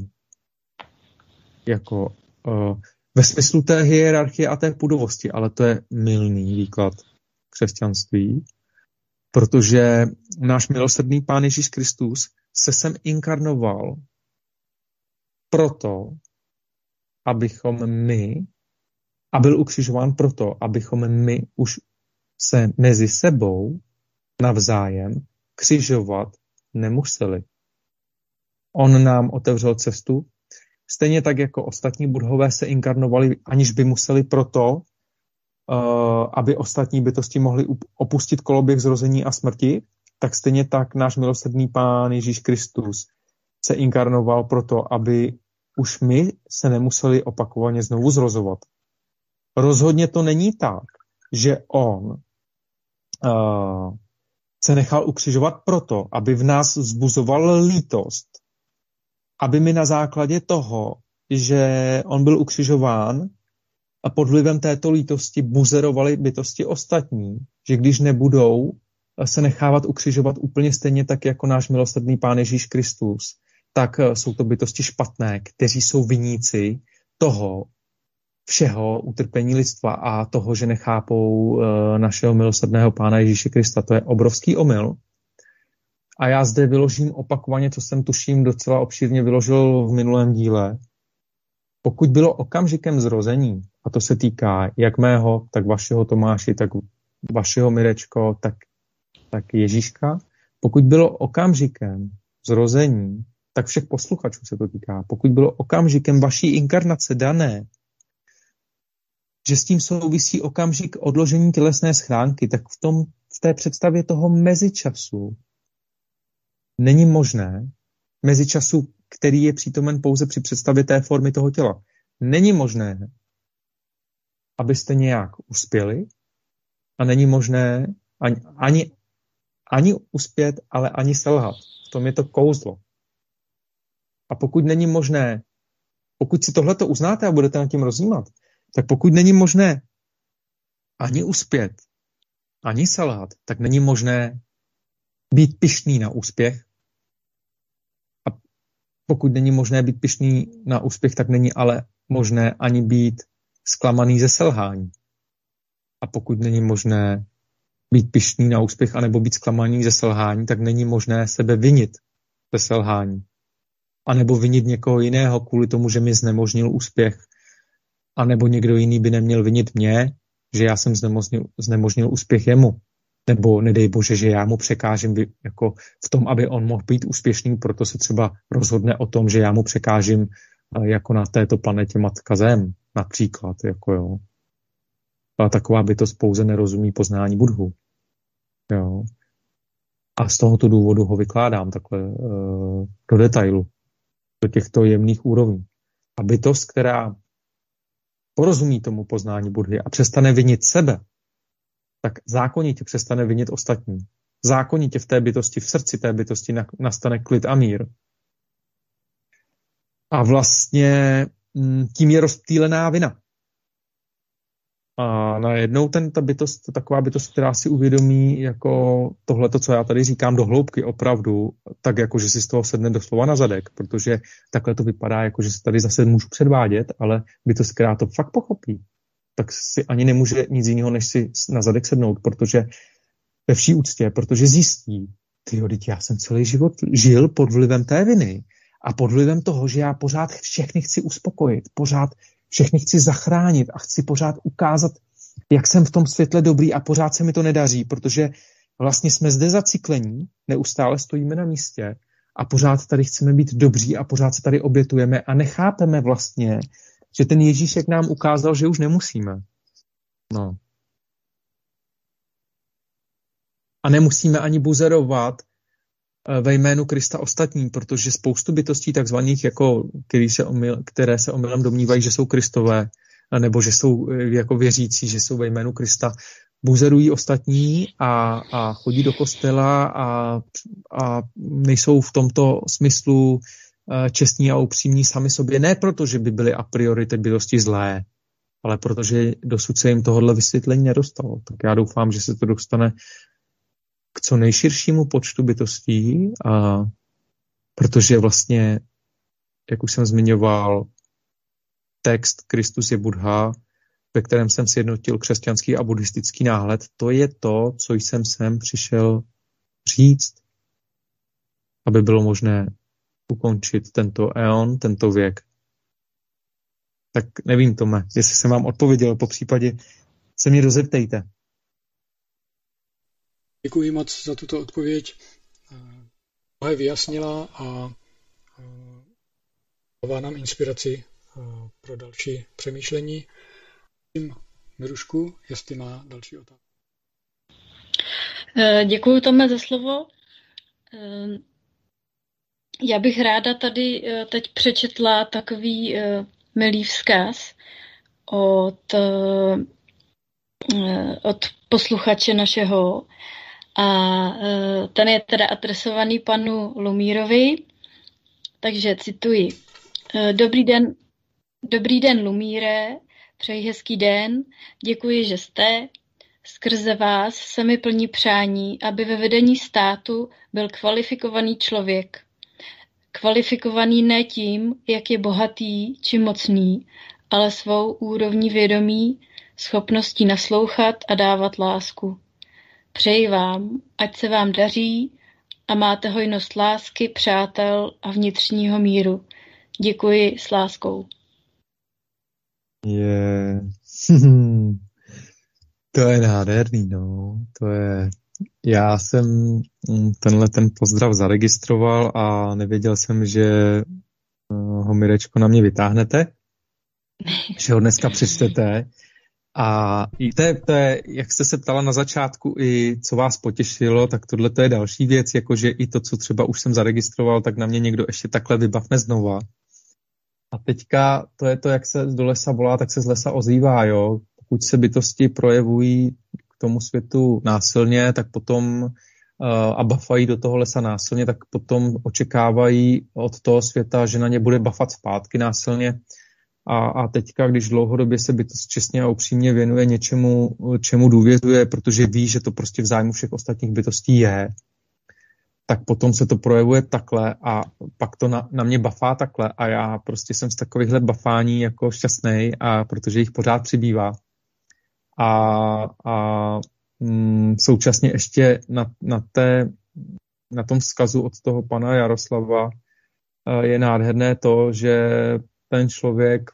Jako ve smyslu té hierarchie a té pudovosti, ale to je mylný výklad křesťanství, protože náš milosrdný Pán Ježíš Kristus se sem inkarnoval proto, abychom my, a byl ukřižován proto, abychom my už se mezi sebou navzájem křižovat nemuseli. On nám otevřel cestu, stejně tak jako ostatní budhové se inkarnovali, aniž by museli proto, aby ostatní bytosti mohli opustit koloběh zrození a smrti, tak stejně tak náš milosrdný Pán Ježíš Kristus se inkarnoval proto, aby už my se nemuseli opakovaně znovu zrozovat. Rozhodně to není tak, že on se nechal ukřižovat proto, aby v nás vzbuzoval lítost, aby mi na základě toho, že on byl ukřižován a pod vlivem této lítosti buzerovali bytosti ostatní, že když nebudou se nechávat ukřižovat úplně stejně tak jako náš milosrdný Pán Ježíš Kristus, tak jsou to bytosti špatné, kteří jsou viníci toho všeho utrpení lidstva a toho, že nechápou našeho milosrdného Pána Ježíše Krista. To je obrovský omyl. A já zde vyložím opakovaně, co jsem tuším docela obšírně vyložil v minulém díle. Pokud bylo okamžikem zrození, a to se týká jak mého, tak vašeho Tomáši, tak vašeho Mirečko, tak Ježíška, pokud bylo okamžikem zrození, tak všech posluchačů se to týká, pokud bylo okamžikem vaší inkarnace dané, že s tím souvisí okamžik odložení tělesné schránky, tak v té představě toho mezičasu není možné, mezičasu, který je přítomen pouze při představě té formy toho těla, není možné, abyste nějak uspěli a není možné ani uspět, ale ani selhat. V tom je to kouzlo. A pokud není možné, pokud si tohleto uznáte a budete nad tím rozjímat, tak pokud není možné ani uspět, ani selhat, tak není možné být pyšný na úspěch. A pokud není možné být pyšný na úspěch, tak není ale možné ani být zklamaný ze selhání. A pokud není možné být pyšný na úspěch anebo být zklamaný ze selhání, tak není možné sebe vinit ze selhání. A nebo vinit někoho jiného kvůli tomu, že mi znemožnil úspěch. A nebo někdo jiný by neměl vinit mě, že já jsem znemožnil úspěch jemu. Nebo nedej bože, že já mu překážím jako v tom, aby on mohl být úspěšný, proto se třeba rozhodne o tom, že já mu překážím jako na této planetě Matka Zem, například. Jako jo. A taková bytost pouze nerozumí poznání Budhu. Jo. A z tohoto důvodu ho vykládám takhle do detailu, do těchto jemných úrovní. A bytost, která porozumí tomu poznání Budhy a přestane vinit sebe, tak zákonitě přestane vinit ostatní. Zákonitě v té bytosti, v srdci té bytosti nastane klid a mír. A vlastně tím je rozptýlená vina. A najednou taková bytost, která si uvědomí jako tohleto, co já tady říkám do hloubky opravdu, tak jako, že si z toho sedne doslova na zadek, protože takhle to vypadá, jako, že se tady zase můžu předvádět, ale bytost, která to fakt pochopí, tak si ani nemůže nic jiného, než si na zadek sednout, protože ve vší úctě, protože zjistí, teď já jsem celý život žil pod vlivem té viny a pod vlivem toho, že já pořád všechny chci uspokojit, pořád všechny chci zachránit a chci pořád ukázat, jak jsem v tom světle dobrý a pořád se mi to nedaří, protože vlastně jsme zde zaciklení, neustále stojíme na místě a pořád tady chceme být dobří a pořád se tady obětujeme a nechápeme vlastně, že ten Ježíšek nám ukázal, že už nemusíme. No. A nemusíme ani buzerovat ve jménu Krista ostatní, protože spoustu bytostí takzvaných, jako, které se omylem domnívají, že jsou Kristové, nebo že jsou jako věřící, že jsou ve jménu Krista, buzerují ostatní a chodí do kostela a nejsou v tomto smyslu čestní a upřímní sami sobě. Ne proto, že by byly a priori ty bytosti zlé, ale protože dosud se jim tohohle vysvětlení nedostalo. Tak já doufám, že se to dostane k co nejširšímu počtu bytostí, protože vlastně, jak už jsem zmiňoval, text Kristus je Buddha, ve kterém jsem sjednotil křesťanský a buddhistický náhled, to je to, co jsem sem přišel říct, aby bylo možné ukončit tento éon, tento věk. Tak nevím, Tome, jestli jsem vám odpověděl, po případě se mě dozeptejte. Děkuji moc za tuto odpověď. Mnohé vyjasnila a dává nám inspiraci pro další přemýšlení. Mirušku, jestli má další otázku. Děkuji, Tome, za slovo. Já bych ráda tady teď přečetla takový milý vzkaz od posluchače našeho. A ten je teda adresovaný panu Lumírovi, takže cituji. Dobrý den, Lumíre, přeji hezký den, děkuji, že jste. Skrze vás se mi plní přání, aby ve vedení státu byl kvalifikovaný člověk. Kvalifikovaný ne tím, jak je bohatý či mocný, ale svou úrovní vědomí, schopností naslouchat a dávat lásku. Přeji vám, ať se vám daří a máte hojnost lásky, přátel a vnitřního míru. Děkuji s láskou. To je nádherný, no. To je Já jsem ten pozdrav zaregistroval a nevěděl jsem, že ho, Mirečko, na mě vytáhnete, že ho dneska přečtete. A to je, jak jste se ptala na začátku, i co vás potěšilo, tak tohle to je další věc, jakože i to, co třeba už jsem zaregistroval, tak na mě někdo ještě takhle vybavne znova. A teďka to je to, jak se do lesa volá, tak se z lesa ozývá, jo. Pokud se bytosti projevují k tomu světu násilně, tak potom a bafají do toho lesa násilně, tak potom očekávají od toho světa, že na ně bude bafat zpátky násilně. A teďka, když dlouhodobě se bytost čestně a upřímně věnuje něčemu, čemu důvěřuje, protože ví, že to prostě v zájmu všech ostatních bytostí je, tak potom se to projevuje takhle a pak to na mě bafá takhle a já prostě jsem z takovýchhle bafání jako šťastnej, a protože jich pořád přibývá. A současně ještě na tom vzkazu od toho pana Jaroslava je nádherné to, že ten člověk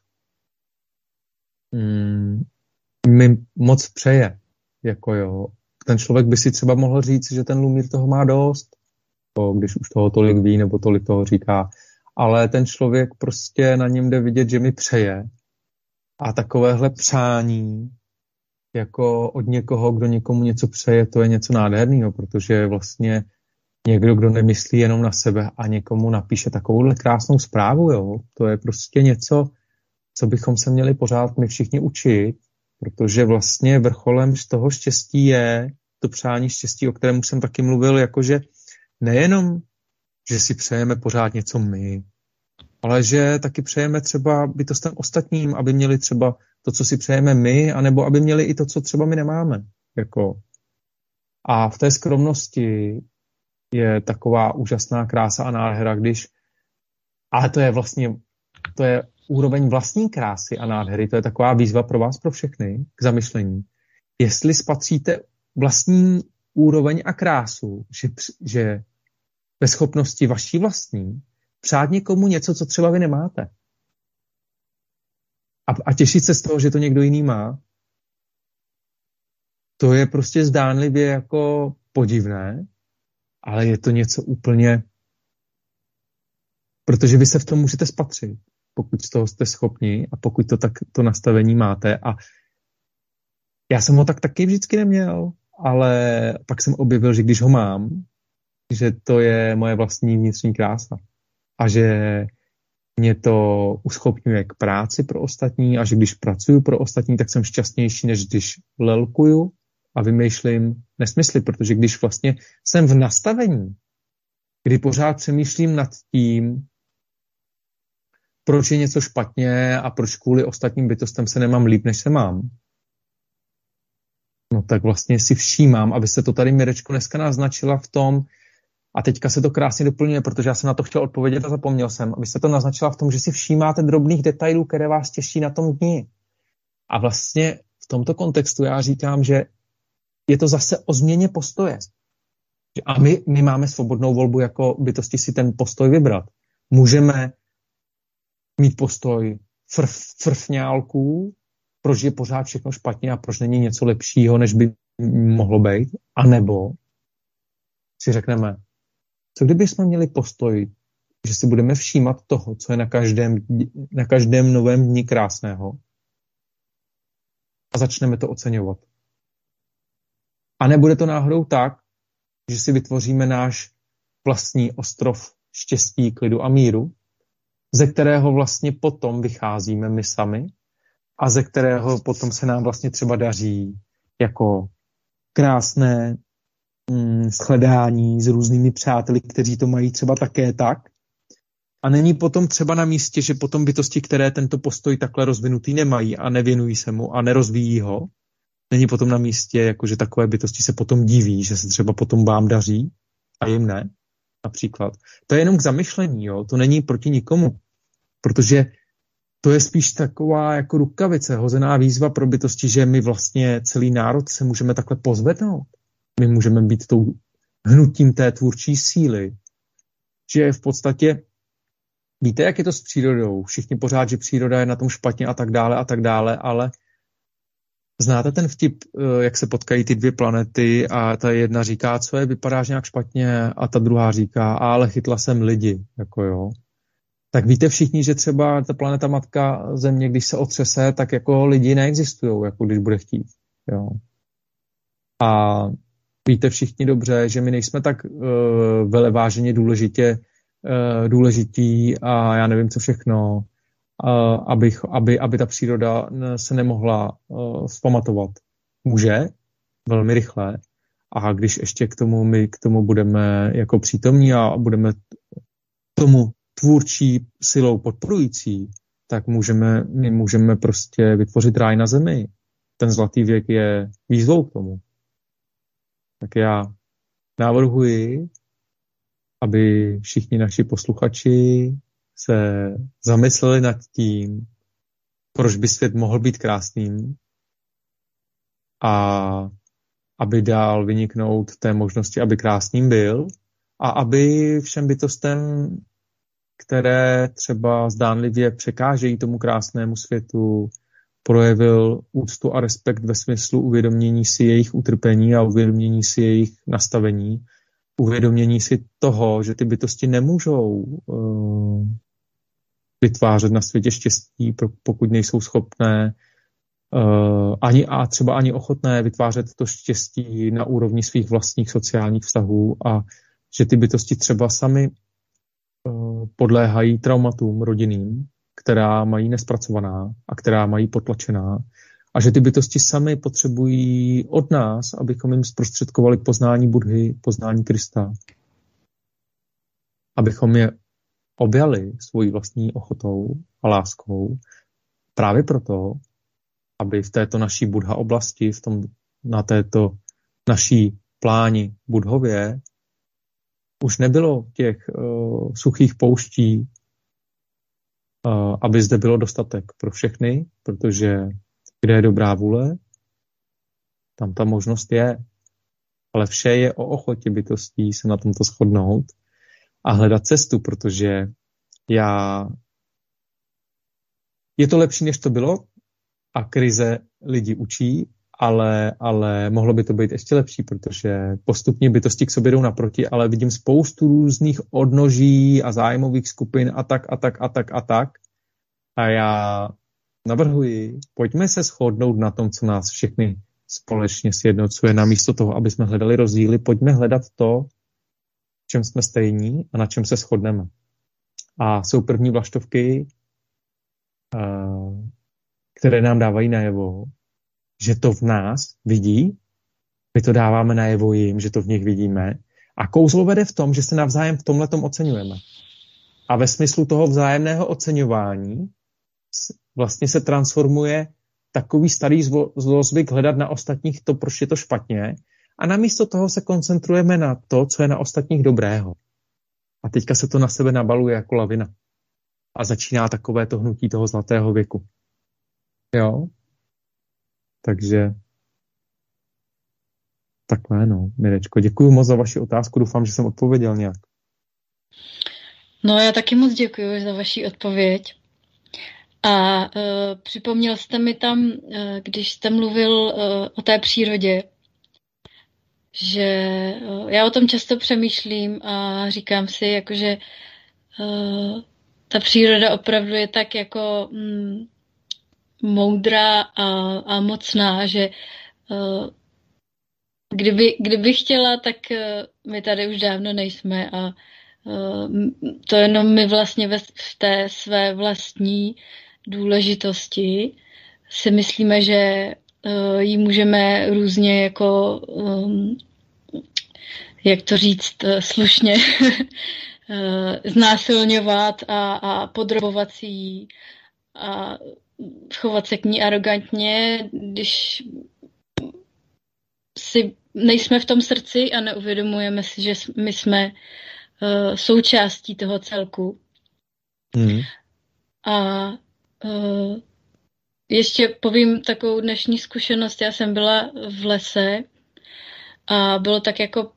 mi moc přeje. Jako jo. Ten člověk by si třeba mohl říct, že ten Lumír toho má dost, když už toho tolik ví nebo tolik toho říká. Ale ten člověk prostě na něm jde vidět, že mi přeje. A takovéhle přání jako od někoho, kdo někomu něco přeje, to je něco nádherného, protože vlastně někdo, kdo nemyslí jenom na sebe a někomu napíše takovouhle krásnou zprávu, jo. To je prostě něco, co bychom se měli pořád my všichni učit, protože vlastně vrcholem z toho štěstí je to přání štěstí, o kterém jsem taky mluvil, jakože nejenom, že si přejeme pořád něco my, ale že taky přejeme třeba bytostem ostatním, aby měli třeba to, co si přejeme my, anebo aby měli i to, co třeba my nemáme. Jako. A v té skromnosti je taková úžasná krása a nádhera, ale to je úroveň vlastní krásy a nádhery, to je taková výzva pro vás, pro všechny, k zamyšlení. Jestli spatříte vlastní úroveň a krásu, že ve schopnosti vaší vlastní přát někomu něco, co třeba vy nemáte. A těšit se z toho, že to někdo jiný má, to je prostě zdánlivě jako podivné, ale je to něco úplně, protože vy se v tom můžete spatřit, pokud z toho jste schopni a pokud to nastavení máte. A já jsem ho taky vždycky neměl, ale pak jsem objevil, že když ho mám, že to je moje vlastní vnitřní krása a že mě to uschopňuje k práci pro ostatní a že když pracuju pro ostatní, tak jsem šťastnější, než když lelkuju a vymýšlím nesmysly, protože když vlastně jsem v nastavení, kdy pořád přemýšlím nad tím, proč je něco špatně a proč kvůli ostatním bytostem se nemám líp, než se mám, no tak vlastně si všímám, aby se to tady Mirečko dneska naznačila v tom, a teďka se to krásně doplňuje, protože já jsem na to chtěl odpovědět a zapomněl jsem, abyste to naznačila v tom, že si všímáte drobných detailů, které vás těší na tom dni. A vlastně v tomto kontextu já říkám, že je to zase o změně postoje. A my máme svobodnou volbu jako bytosti si ten postoj vybrat. Můžeme mít postoj frfňálků, proč je pořád všechno špatně a proč není něco lepšího, než by mohlo být, anebo si řekneme, co kdyby jsme měli postoj, že si budeme všímat toho, co je na každém novém dni krásného a začneme to oceňovat. A nebude to náhodou tak, že si vytvoříme náš vlastní ostrov štěstí, klidu a míru, ze kterého vlastně potom vycházíme my sami a ze kterého potom se nám vlastně třeba daří jako krásné shledání s různými přáteli, kteří to mají třeba také tak. A není potom třeba na místě, že potom bytosti, které tento postoj takhle rozvinutý nemají a nevěnují se mu a nerozvíjí ho, není potom na místě, jakože takové bytosti se potom diví, že se třeba potom vám daří a jim ne, například. To je jenom k zamyšlení, jo? To není proti nikomu, protože to je spíš taková jako rukavice, hozená výzva pro bytosti, že my vlastně celý národ se můžeme takhle pozvednout. My můžeme být tou hnutím té tvůrčí síly, že v podstatě víte, jak je to s přírodou. Všichni pořád, že příroda je na tom špatně a tak dále, ale Znáte ten vtip, jak se potkají ty dvě planety a ta jedna říká, co je, vypadáš nějak špatně, a ta druhá říká, ale chytla jsem lidi, jako jo. Tak víte všichni, že třeba ta planeta matka Země, když se otřese, tak jako lidi neexistují, jako když bude chtít, jo. A víte všichni dobře, že my nejsme tak veleváženě důležití a já nevím co všechno, aby ta příroda se nemohla vzpamatovat. Může, velmi rychle, a když ještě my k tomu budeme jako přítomní a budeme tomu tvůrčí silou podporující, tak my můžeme prostě vytvořit ráj na zemi. Ten zlatý věk je výzvou k tomu. Tak já navrhuji, aby všichni naši posluchači se zamysleli nad tím, proč by svět mohl být krásným a aby dál vyniknout té možnosti, aby krásným byl a aby všem bytostem, které třeba zdánlivě překážejí tomu krásnému světu, projevil úctu a respekt ve smyslu uvědomění si jejich utrpení a uvědomění si jejich nastavení, uvědomění si toho, že ty bytosti nemůžou vytvářet na světě štěstí, pokud nejsou schopné třeba ani ochotné vytvářet to štěstí na úrovni svých vlastních sociálních vztahů a že ty bytosti třeba sami podléhají traumatům rodinným, která mají nespracovaná a která mají potlačená a že ty bytosti sami potřebují od nás, abychom jim zprostředkovali poznání Buddhy, poznání Krista. Abychom je objali svojí vlastní ochotou a láskou právě proto, aby v této naší Buddha oblasti, na této naší pláni Buddhově už nebylo těch suchých pouští, aby zde bylo dostatek pro všechny, protože kde je dobrá vůle, tam ta možnost je. Ale vše je o ochotě bytostí se na tomto shodnout a hledat cestu, protože je to lepší, než to bylo a krize lidi učí, ale mohlo by to být ještě lepší, protože postupně bytosti k sobě jdou naproti, ale vidím spoustu různých odnoží a zájmových skupin a tak. A já navrhuji, pojďme se shodnout na tom, co nás všechny společně sjednocuje, namísto toho, aby jsme hledali rozdíly, pojďme hledat to, v čem jsme stejní a na čem se shodneme. A jsou první vlaštovky, které nám dávají najevo, že to v nás vidí, my to dáváme najevo jim, že to v nich vidíme. A kouzlo vede v tom, že se navzájem v tomhletom oceňujeme. A ve smyslu toho vzájemného oceňování vlastně se transformuje takový starý zlozvyk hledat na ostatních to, proč je to špatně. A namísto toho se koncentrujeme na to, co je na ostatních dobrého. A teďka se to na sebe nabaluje jako lavina. A začíná takové to hnutí toho zlatého věku. Jo? Takže takhle, no, Mirečko. Děkuji moc za vaši otázku, doufám, že jsem odpověděl nějak. No, já taky moc děkuji za vaši odpověď. A připomněl jste mi tam, když jste mluvil o té přírodě, že já o tom často přemýšlím a říkám si, jakože ta příroda opravdu je tak jako moudrá a mocná, že kdyby chtěla, tak my tady už dávno nejsme a to jenom my vlastně v té své vlastní důležitosti si myslíme, že ji můžeme různě jako, jak to říct slušně, znásilňovat a podrobovat si ji a chovat se k ní arrogantně, když si nejsme v tom srdci a neuvědomujeme si, že my jsme součástí toho celku. A ještě povím takovou dnešní zkušenost. Já jsem byla v lese a bylo tak jako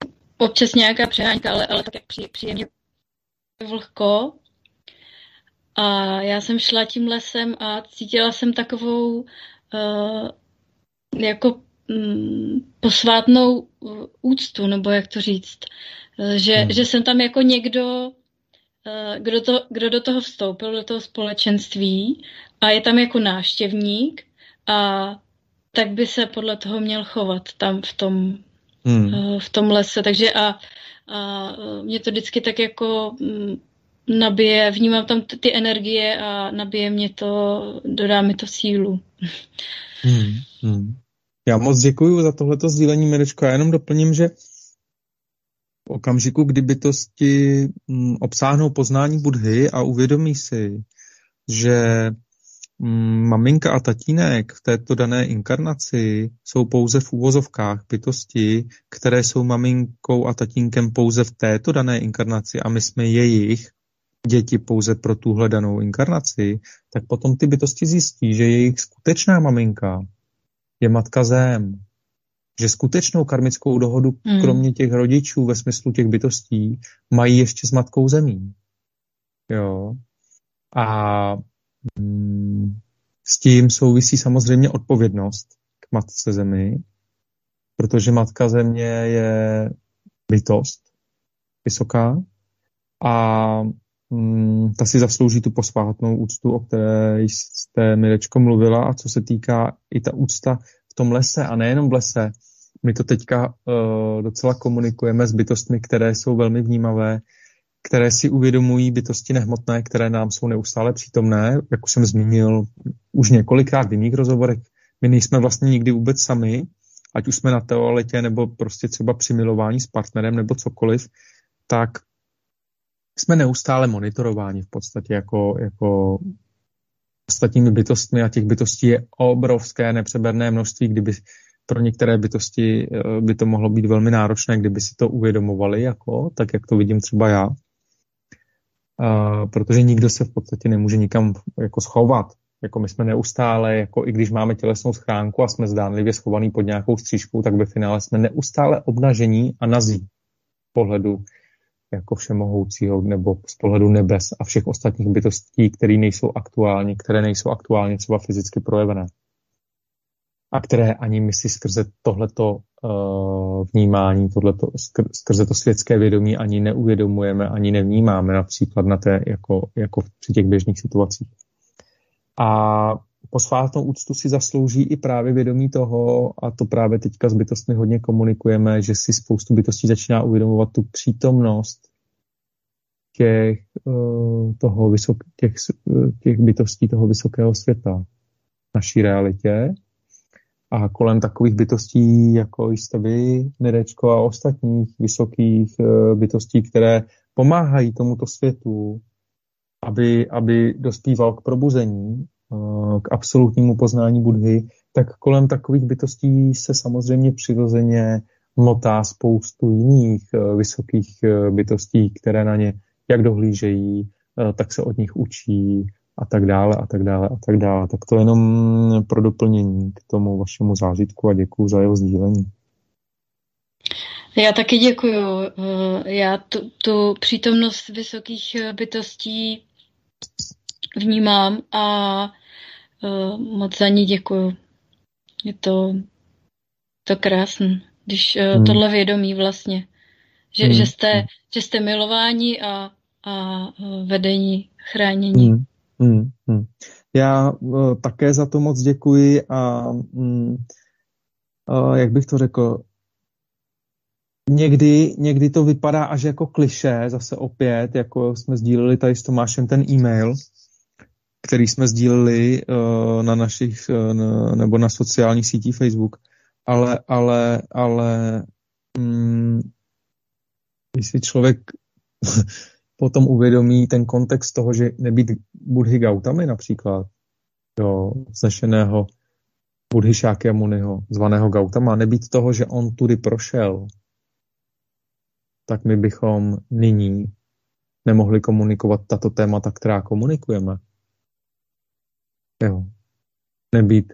občas nějaká přehánka, ale tak jak příjemně vlhko. A já jsem šla tím lesem a cítila jsem takovou jako posvátnou úctu, nebo jak to říct, že jsem tam jako někdo, kdo do toho vstoupil, do toho společenství a je tam jako návštěvník a tak by se podle toho měl chovat tam v tom lese. Takže a mě to vždycky tak jako nabije, vnímám tam ty energie a nabije mě to, dodá mi to sílu. Já moc děkuju za tohleto sdílení, Mirečko. Já jenom doplním, že v okamžiku, kdy bytosti obsáhnou poznání Buddhy a uvědomí si, že maminka a tatínek v této dané inkarnaci jsou pouze v úvozovkách bytosti, které jsou maminkou a tatínkem pouze v této dané inkarnaci a my jsme jejich děti pouze pro tuhle danou inkarnaci, tak potom ty bytosti zjistí, že jejich skutečná maminka je matka Zem. Že skutečnou karmickou dohodu, kromě těch rodičů ve smyslu těch bytostí, mají ještě s matkou Zemí. Jo. A s tím souvisí samozřejmě odpovědnost k matce Zemi, protože matka Země je bytost vysoká a ta si zaslouží tu posvátnou úctu, o které jste, Mirečko, mluvila, a co se týká i ta úcta v tom lese a nejenom v lese. My to teďka docela komunikujeme s bytostmi, které jsou velmi vnímavé, které si uvědomují bytosti nehmotné, které nám jsou neustále přítomné. Jak už jsem zmínil už několikrát v jiných rozhovorech, my nejsme vlastně nikdy vůbec sami, ať už jsme na toaletě nebo prostě třeba při milování s partnerem nebo cokoliv, tak jsme neustále monitorováni v podstatě jako ostatními bytostmi a těch bytostí je obrovské nepřeberné množství, kdyby pro některé bytosti by to mohlo být velmi náročné, kdyby si to uvědomovali, tak jak to vidím třeba já. Protože nikdo se v podstatě nemůže nikam jako schovat. Jako my jsme neustále, jako i když máme tělesnou schránku a jsme zdánlivě schovaný pod nějakou střížkou, tak ve finále jsme neustále obnažení a nazí z pohledu jako všemohoucího nebo z pohledu nebes a všech ostatních bytostí, které nejsou aktuálně třeba fyzicky projevené. A které ani my si skrze tohleto vnímání, skrze to světské vědomí ani neuvědomujeme, ani nevnímáme například na té, jako při těch běžných situacích. A posvátnou úctu si zaslouží i právě vědomí toho, a to právě teďka s bytostmi hodně komunikujeme, že si spoustu bytostí začíná uvědomovat tu přítomnost těch bytostí toho vysokého světa v naší realitě. A kolem takových bytostí, jako jste vy, Mirečko, a ostatních vysokých bytostí, které pomáhají tomuto světu, aby dospíval k probuzení, k absolutnímu poznání Buddhy, tak kolem takových bytostí se samozřejmě přirozeně motá spoustu jiných vysokých bytostí, které na ně jak dohlížejí, tak se od nich učí a tak dále, a tak dále, a tak dále. Tak to jenom pro doplnění k tomu vašemu zážitku a děkuju za jeho sdílení. Já taky děkuju. Já tu přítomnost vysokých bytostí vnímám a moc za ní děkuju. Je to krásné, když tohle vědomí vlastně, že jste milováni a vedení, chránění. Já také za to moc děkuji a jak bych to řekl, někdy to vypadá až jako klišé, zase opět, jako jsme sdíleli tady s Tomášem ten e-mail, který jsme sdíleli na našich nebo na sociálních sítích Facebook, ale když si člověk potom uvědomí ten kontext toho, že nebýt Buddhy Gautamy například, vznešeného Buddhy Šákyamuniho, zvaného Gautama, nebýt toho, že on tudy prošel, tak my bychom nyní nemohli komunikovat tato témata, která komunikujeme. Nebýt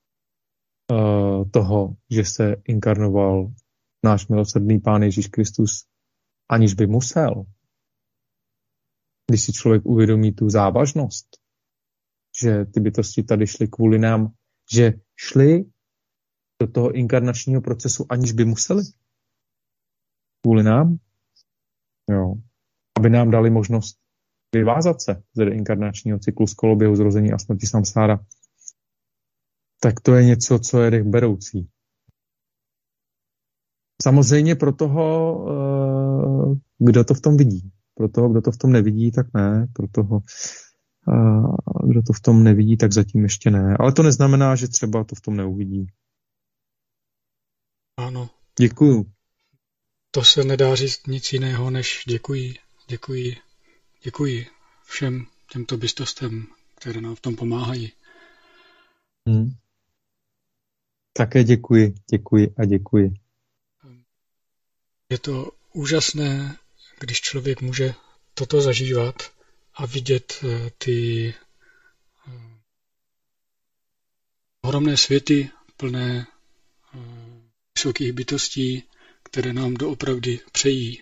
toho, že se inkarnoval náš milosrdný Pán Ježíš Kristus, aniž by musel, když si člověk uvědomí tu závažnost, že ty bytosti tady šly kvůli nám, že šly do toho inkarnačního procesu, aniž by museli. Kvůli nám. Jo. Aby nám dali možnost vyvázat se z inkarnačního cyklu z koloběhu zrození a smrti samsára. Tak to je něco, co je dechberoucí. Samozřejmě pro toho, kdo to v tom vidí. Pro toho, kdo to v tom nevidí, tak ne. Pro toho, kdo to v tom nevidí, tak zatím ještě ne. Ale to neznamená, že třeba to v tom neuvidí. Ano. Děkuju. To se nedá říct nic jiného, než děkuji všem těmto bytostem, které nám v tom pomáhají. Také děkuji. Je to úžasné, když člověk může toto zažívat a vidět ty ohromné světy plné vysokých bytostí, které nám doopravdy přejí,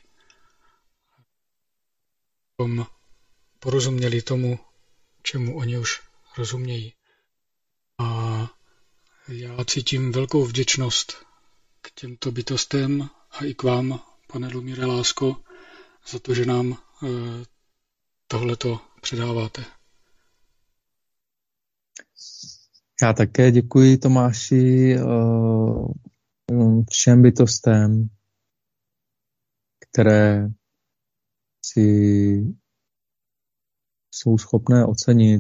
abychom porozuměli tomu, čemu oni už rozumějí. A já cítím velkou vděčnost k těmto bytostem a i k vám, pane Lumíre Lásko, za to, že nám tohleto předáváte. Já také děkuji, Tomáši, všem bytostem, které si jsou schopné ocenit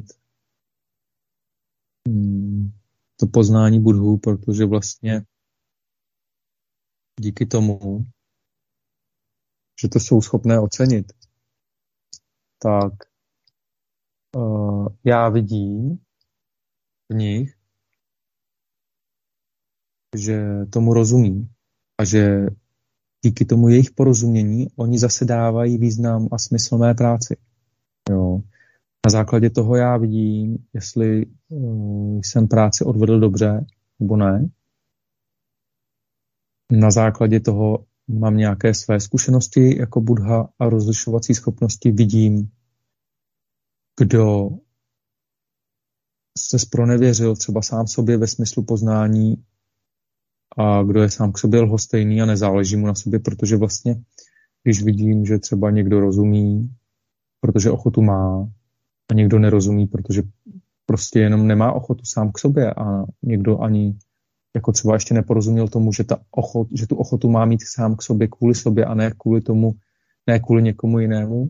to poznání Budhu, protože vlastně díky tomu, že to jsou schopné ocenit, tak já vidím v nich, že tomu rozumí a že díky tomu jejich porozumění oni zase dávají význam a smysl mé práci. Jo. Na základě toho já vidím, jestli jsem práci odvedl dobře nebo ne. Na základě toho mám nějaké své zkušenosti jako Buddha a rozlišovací schopnosti. Vidím, kdo se zpronevěřil třeba sám sobě ve smyslu poznání a kdo je sám k sobě lhostejný a nezáleží mu na sobě, protože vlastně, když vidím, že třeba někdo rozumí, protože ochotu má, a někdo nerozumí, protože prostě jenom nemá ochotu sám k sobě a někdo ani jako třeba ještě neporozuměl tomu, že tu ochotu má mít sám k sobě kvůli sobě a ne kvůli tomu, ne kvůli někomu jinému,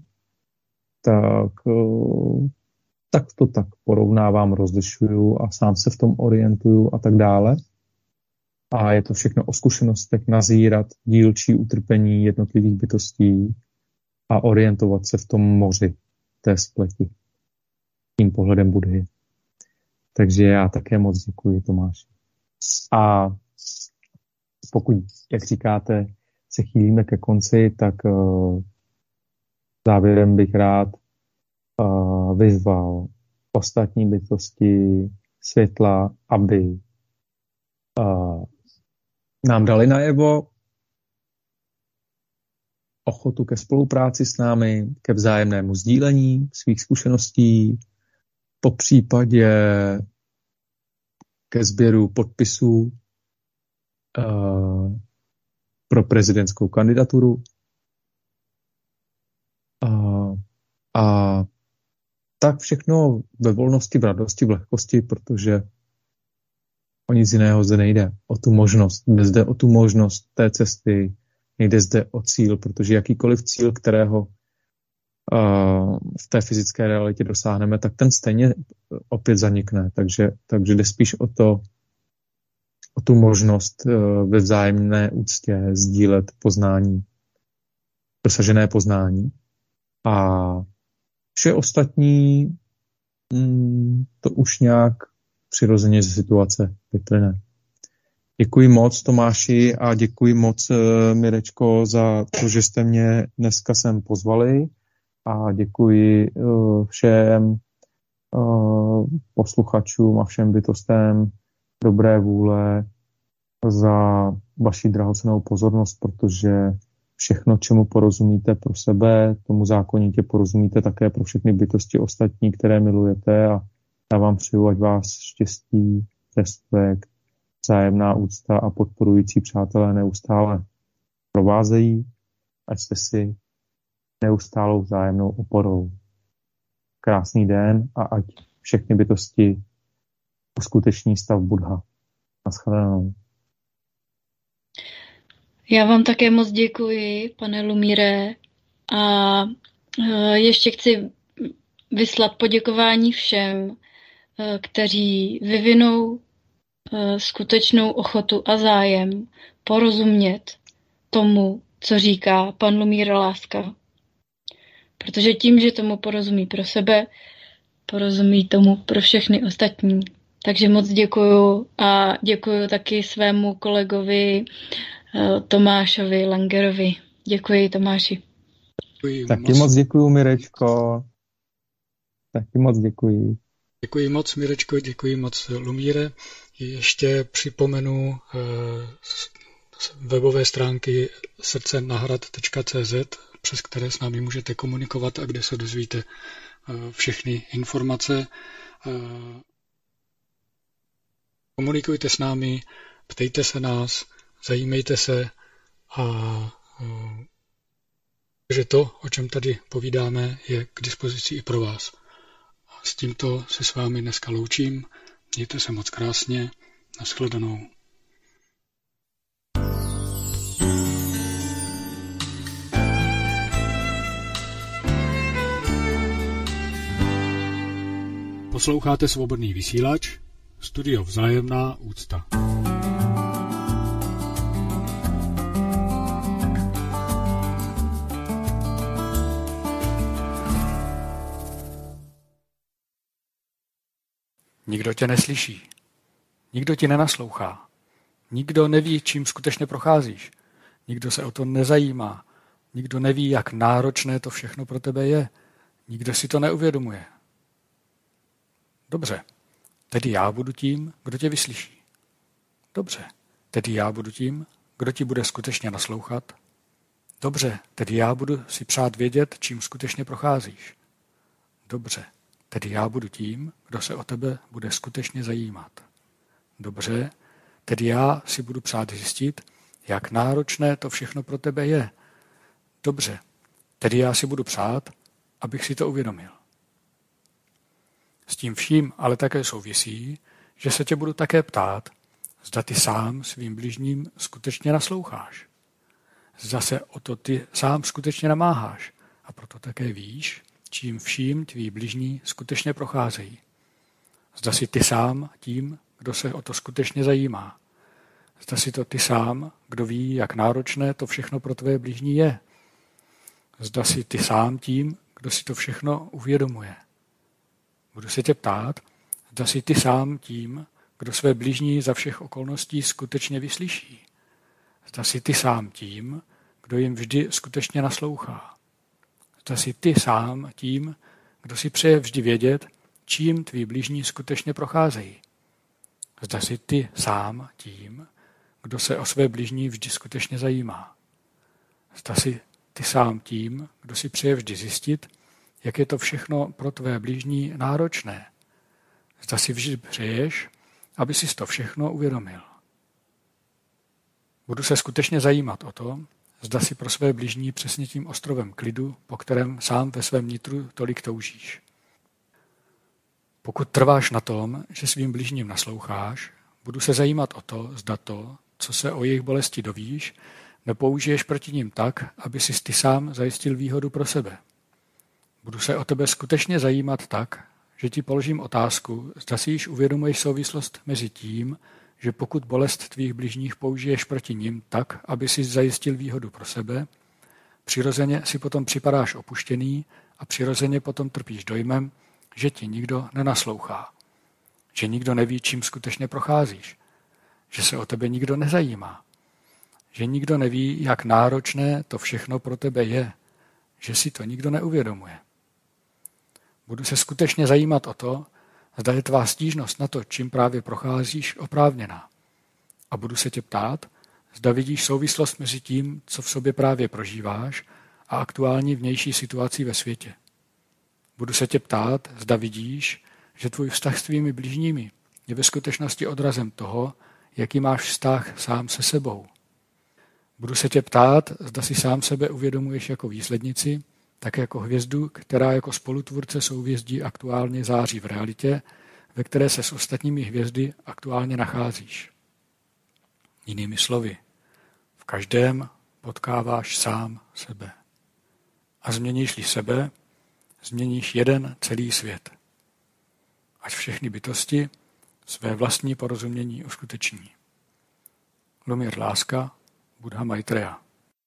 tak to tak porovnávám, rozlišuju a sám se v tom orientuju a tak dále. A je to všechno o zkušenostech nazírat dílčí utrpení jednotlivých bytostí a orientovat se v tom moři té spleti tím pohledem Buddhy. Takže já také moc děkuji, Tomáši. A pokud, jak říkáte, se chýlíme ke konci, tak závěrem bych rád vyzval ostatní bytosti světla, aby nám dali najevo ochotu ke spolupráci s námi, ke vzájemnému sdílení svých zkušeností, popřípadě ke sběru podpisů pro prezidentskou kandidaturu. A tak všechno ve volnosti, v radosti, v lehkosti, protože o nic jiného zde nejde. O tu možnost. Jde zde o tu možnost té cesty, nejde zde o cíl, protože jakýkoliv cíl, kterého v té fyzické realitě dosáhneme, tak ten stejně opět zanikne. Takže jde spíš o tu možnost ve vzájemné úctě sdílet poznání, dosažené poznání. A vše ostatní to už nějak přirozeně ze situace vyplyne. Děkuji moc, Tomáši, a děkuji moc, Mirečko, za to, že jste mě dneska sem pozvali, a děkuji všem posluchačům a všem bytostem dobré vůle za vaši drahocennou pozornost, protože všechno, čemu porozumíte pro sebe, tomu zákonitě porozumíte také pro všechny bytosti ostatní, které milujete, a já vám přeju, ať vás štěstí, respekt, vzájemná úcta a podporující přátelé neustále provázejí, ať jste si neustálou vzájemnou oporou. Krásný den a ať všechny bytosti uskuteční stav Buddha. Naschledanou. Já vám také moc děkuji, pane Lumíre, a ještě chci vyslat poděkování všem, kteří vyvinou skutečnou ochotu a zájem porozumět tomu, co říká pan Lumír Láska. Protože tím, že tomu porozumí pro sebe, porozumí tomu pro všechny ostatní. Takže moc děkuju a děkuju taky svému kolegovi Tomášovi Langerovi. Děkuji, Tomáši. Taky moc děkuju, Mirečko. Taky moc děkuji. Děkuji moc, Mirečko, děkuji moc, Lumíre. Ještě připomenu webové stránky srdcenahrad.cz, přes které s námi můžete komunikovat a kde se dozvíte všechny informace. Komunikujte s námi, ptejte se nás, zajímejte se a že to, o čem tady povídáme, je k dispozici i pro vás. A s tímto se s vámi dneska loučím. Mějte se moc krásně. Naschledanou. Posloucháte Svobodný vysílač, studio Vzájemná úcta. Nikdo tě neslyší. Nikdo ti nenaslouchá. Nikdo neví, čím skutečně procházíš. Nikdo se o to nezajímá. Nikdo neví, jak náročné to všechno pro tebe je. Nikdo si to neuvědomuje. Dobře, tedy já budu tím, kdo tě vyslyší. Dobře, tedy já budu tím, kdo ti bude skutečně naslouchat. Dobře, tedy já budu si přát vědět, čím skutečně procházíš. Dobře, tedy já budu tím, kdo se o tebe bude skutečně zajímat. Dobře, tedy já si budu přát zjistit, jak náročné to všechno pro tebe je. Dobře, tedy já si budu přát, abych si to uvědomil. S tím vším ale také souvisí, že se tě budu také ptát, zda ty sám svým bližním skutečně nasloucháš. Zda se o to ty sám skutečně namáháš a proto také víš, čím vším tví bližní skutečně procházejí. Zda si ty sám tím, kdo se o to skutečně zajímá. Zda si to ty sám, kdo ví, jak náročné to všechno pro tvé bližní je. Zda si ty sám tím, kdo si to všechno uvědomuje. Budu se tě ptát, zda si ty sám tím, kdo své bližní za všech okolností skutečně vyslyší. Zda si ty sám tím, kdo jim vždy skutečně naslouchá. Zda si ty sám tím, kdo si přeje vždy vědět, čím tví bližní skutečně procházejí. Zda si ty sám tím, kdo se o své bližní vždy skutečně zajímá. Zda si ty sám tím, kdo si přeje vždy zjistit, jak je to všechno pro tvé bližní náročné. Zda si vždy přeješ, aby si to všechno uvědomil. Budu se skutečně zajímat o to, zda si pro své bližní přesně tím ostrovem klidu, po kterém sám ve svém nitru tolik toužíš. Pokud trváš na tom, že svým bližním nasloucháš, budu se zajímat o to, zda to, co se o jejich bolesti dovíš, nepoužiješ proti nim tak, aby si ty sám zajistil výhodu pro sebe. Budu se o tebe skutečně zajímat tak, že ti položím otázku, zda si již uvědomuješ souvislost mezi tím, že pokud bolest tvých bližních použiješ proti nim tak, aby si zajistil výhodu pro sebe, přirozeně si potom připadáš opuštěný a přirozeně potom trpíš dojmem, že ti nikdo nenaslouchá, že nikdo neví, čím skutečně procházíš, že se o tebe nikdo nezajímá, že nikdo neví, jak náročné to všechno pro tebe je, že si to nikdo neuvědomuje. Budu se skutečně zajímat o to, zda je tvá stížnost na to, čím právě procházíš, oprávněná. A budu se tě ptát, zda vidíš souvislost mezi tím, co v sobě právě prožíváš, a aktuální vnější situací ve světě. Budu se tě ptát, zda vidíš, že tvůj vztah s tvými bližními je ve skutečnosti odrazem toho, jaký máš vztah sám se sebou. Budu se tě ptát, zda si sám sebe uvědomuješ jako výslednici, tak jako hvězdu, která jako spolutvůrce souhvězdí aktuálně září v realitě, ve které se s ostatními hvězdy aktuálně nacházíš. Jinými slovy, v každém potkáváš sám sebe. A změníš-li sebe, změníš jeden celý svět. Ať všechny bytosti své vlastní porozumění uskuteční. Lumír Láska, Buddha Maitreya.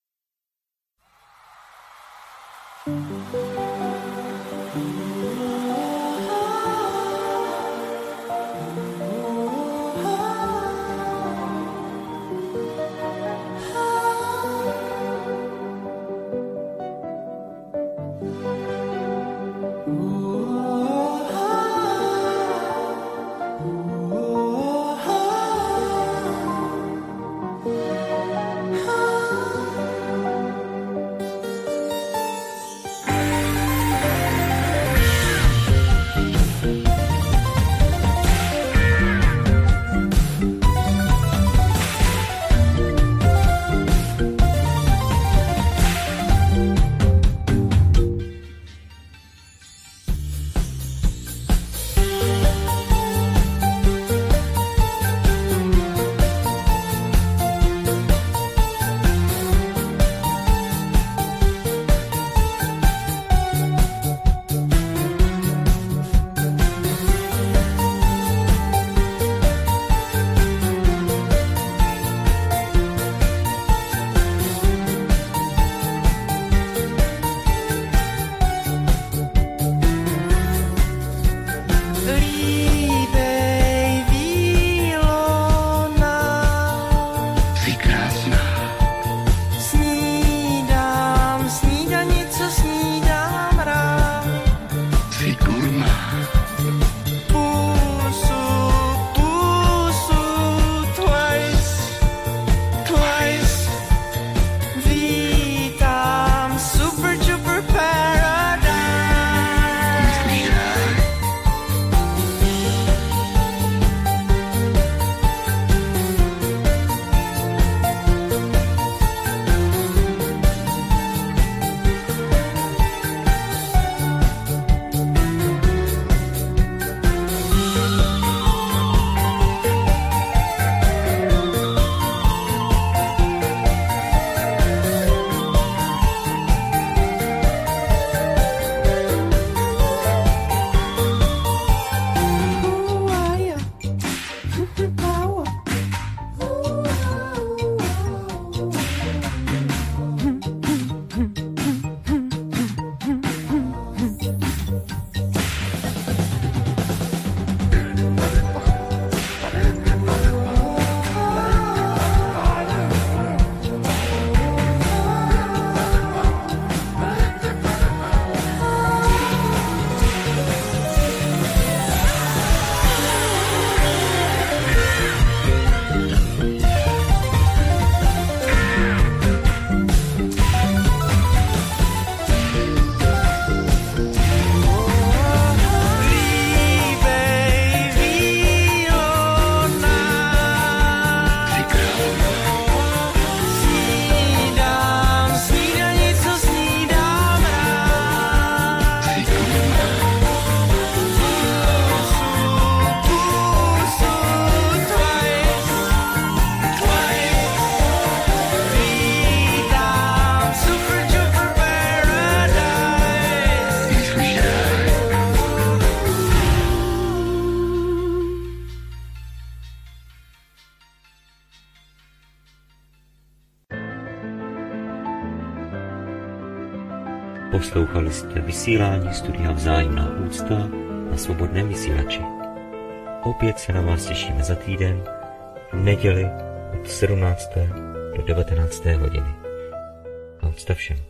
Poslouchali jste vysílání Studia Vzájemná úcta na Svobodném vysílači. Opět se na vás těšíme za týden, v neděli od 17. do 19. hodiny. A úcta všem.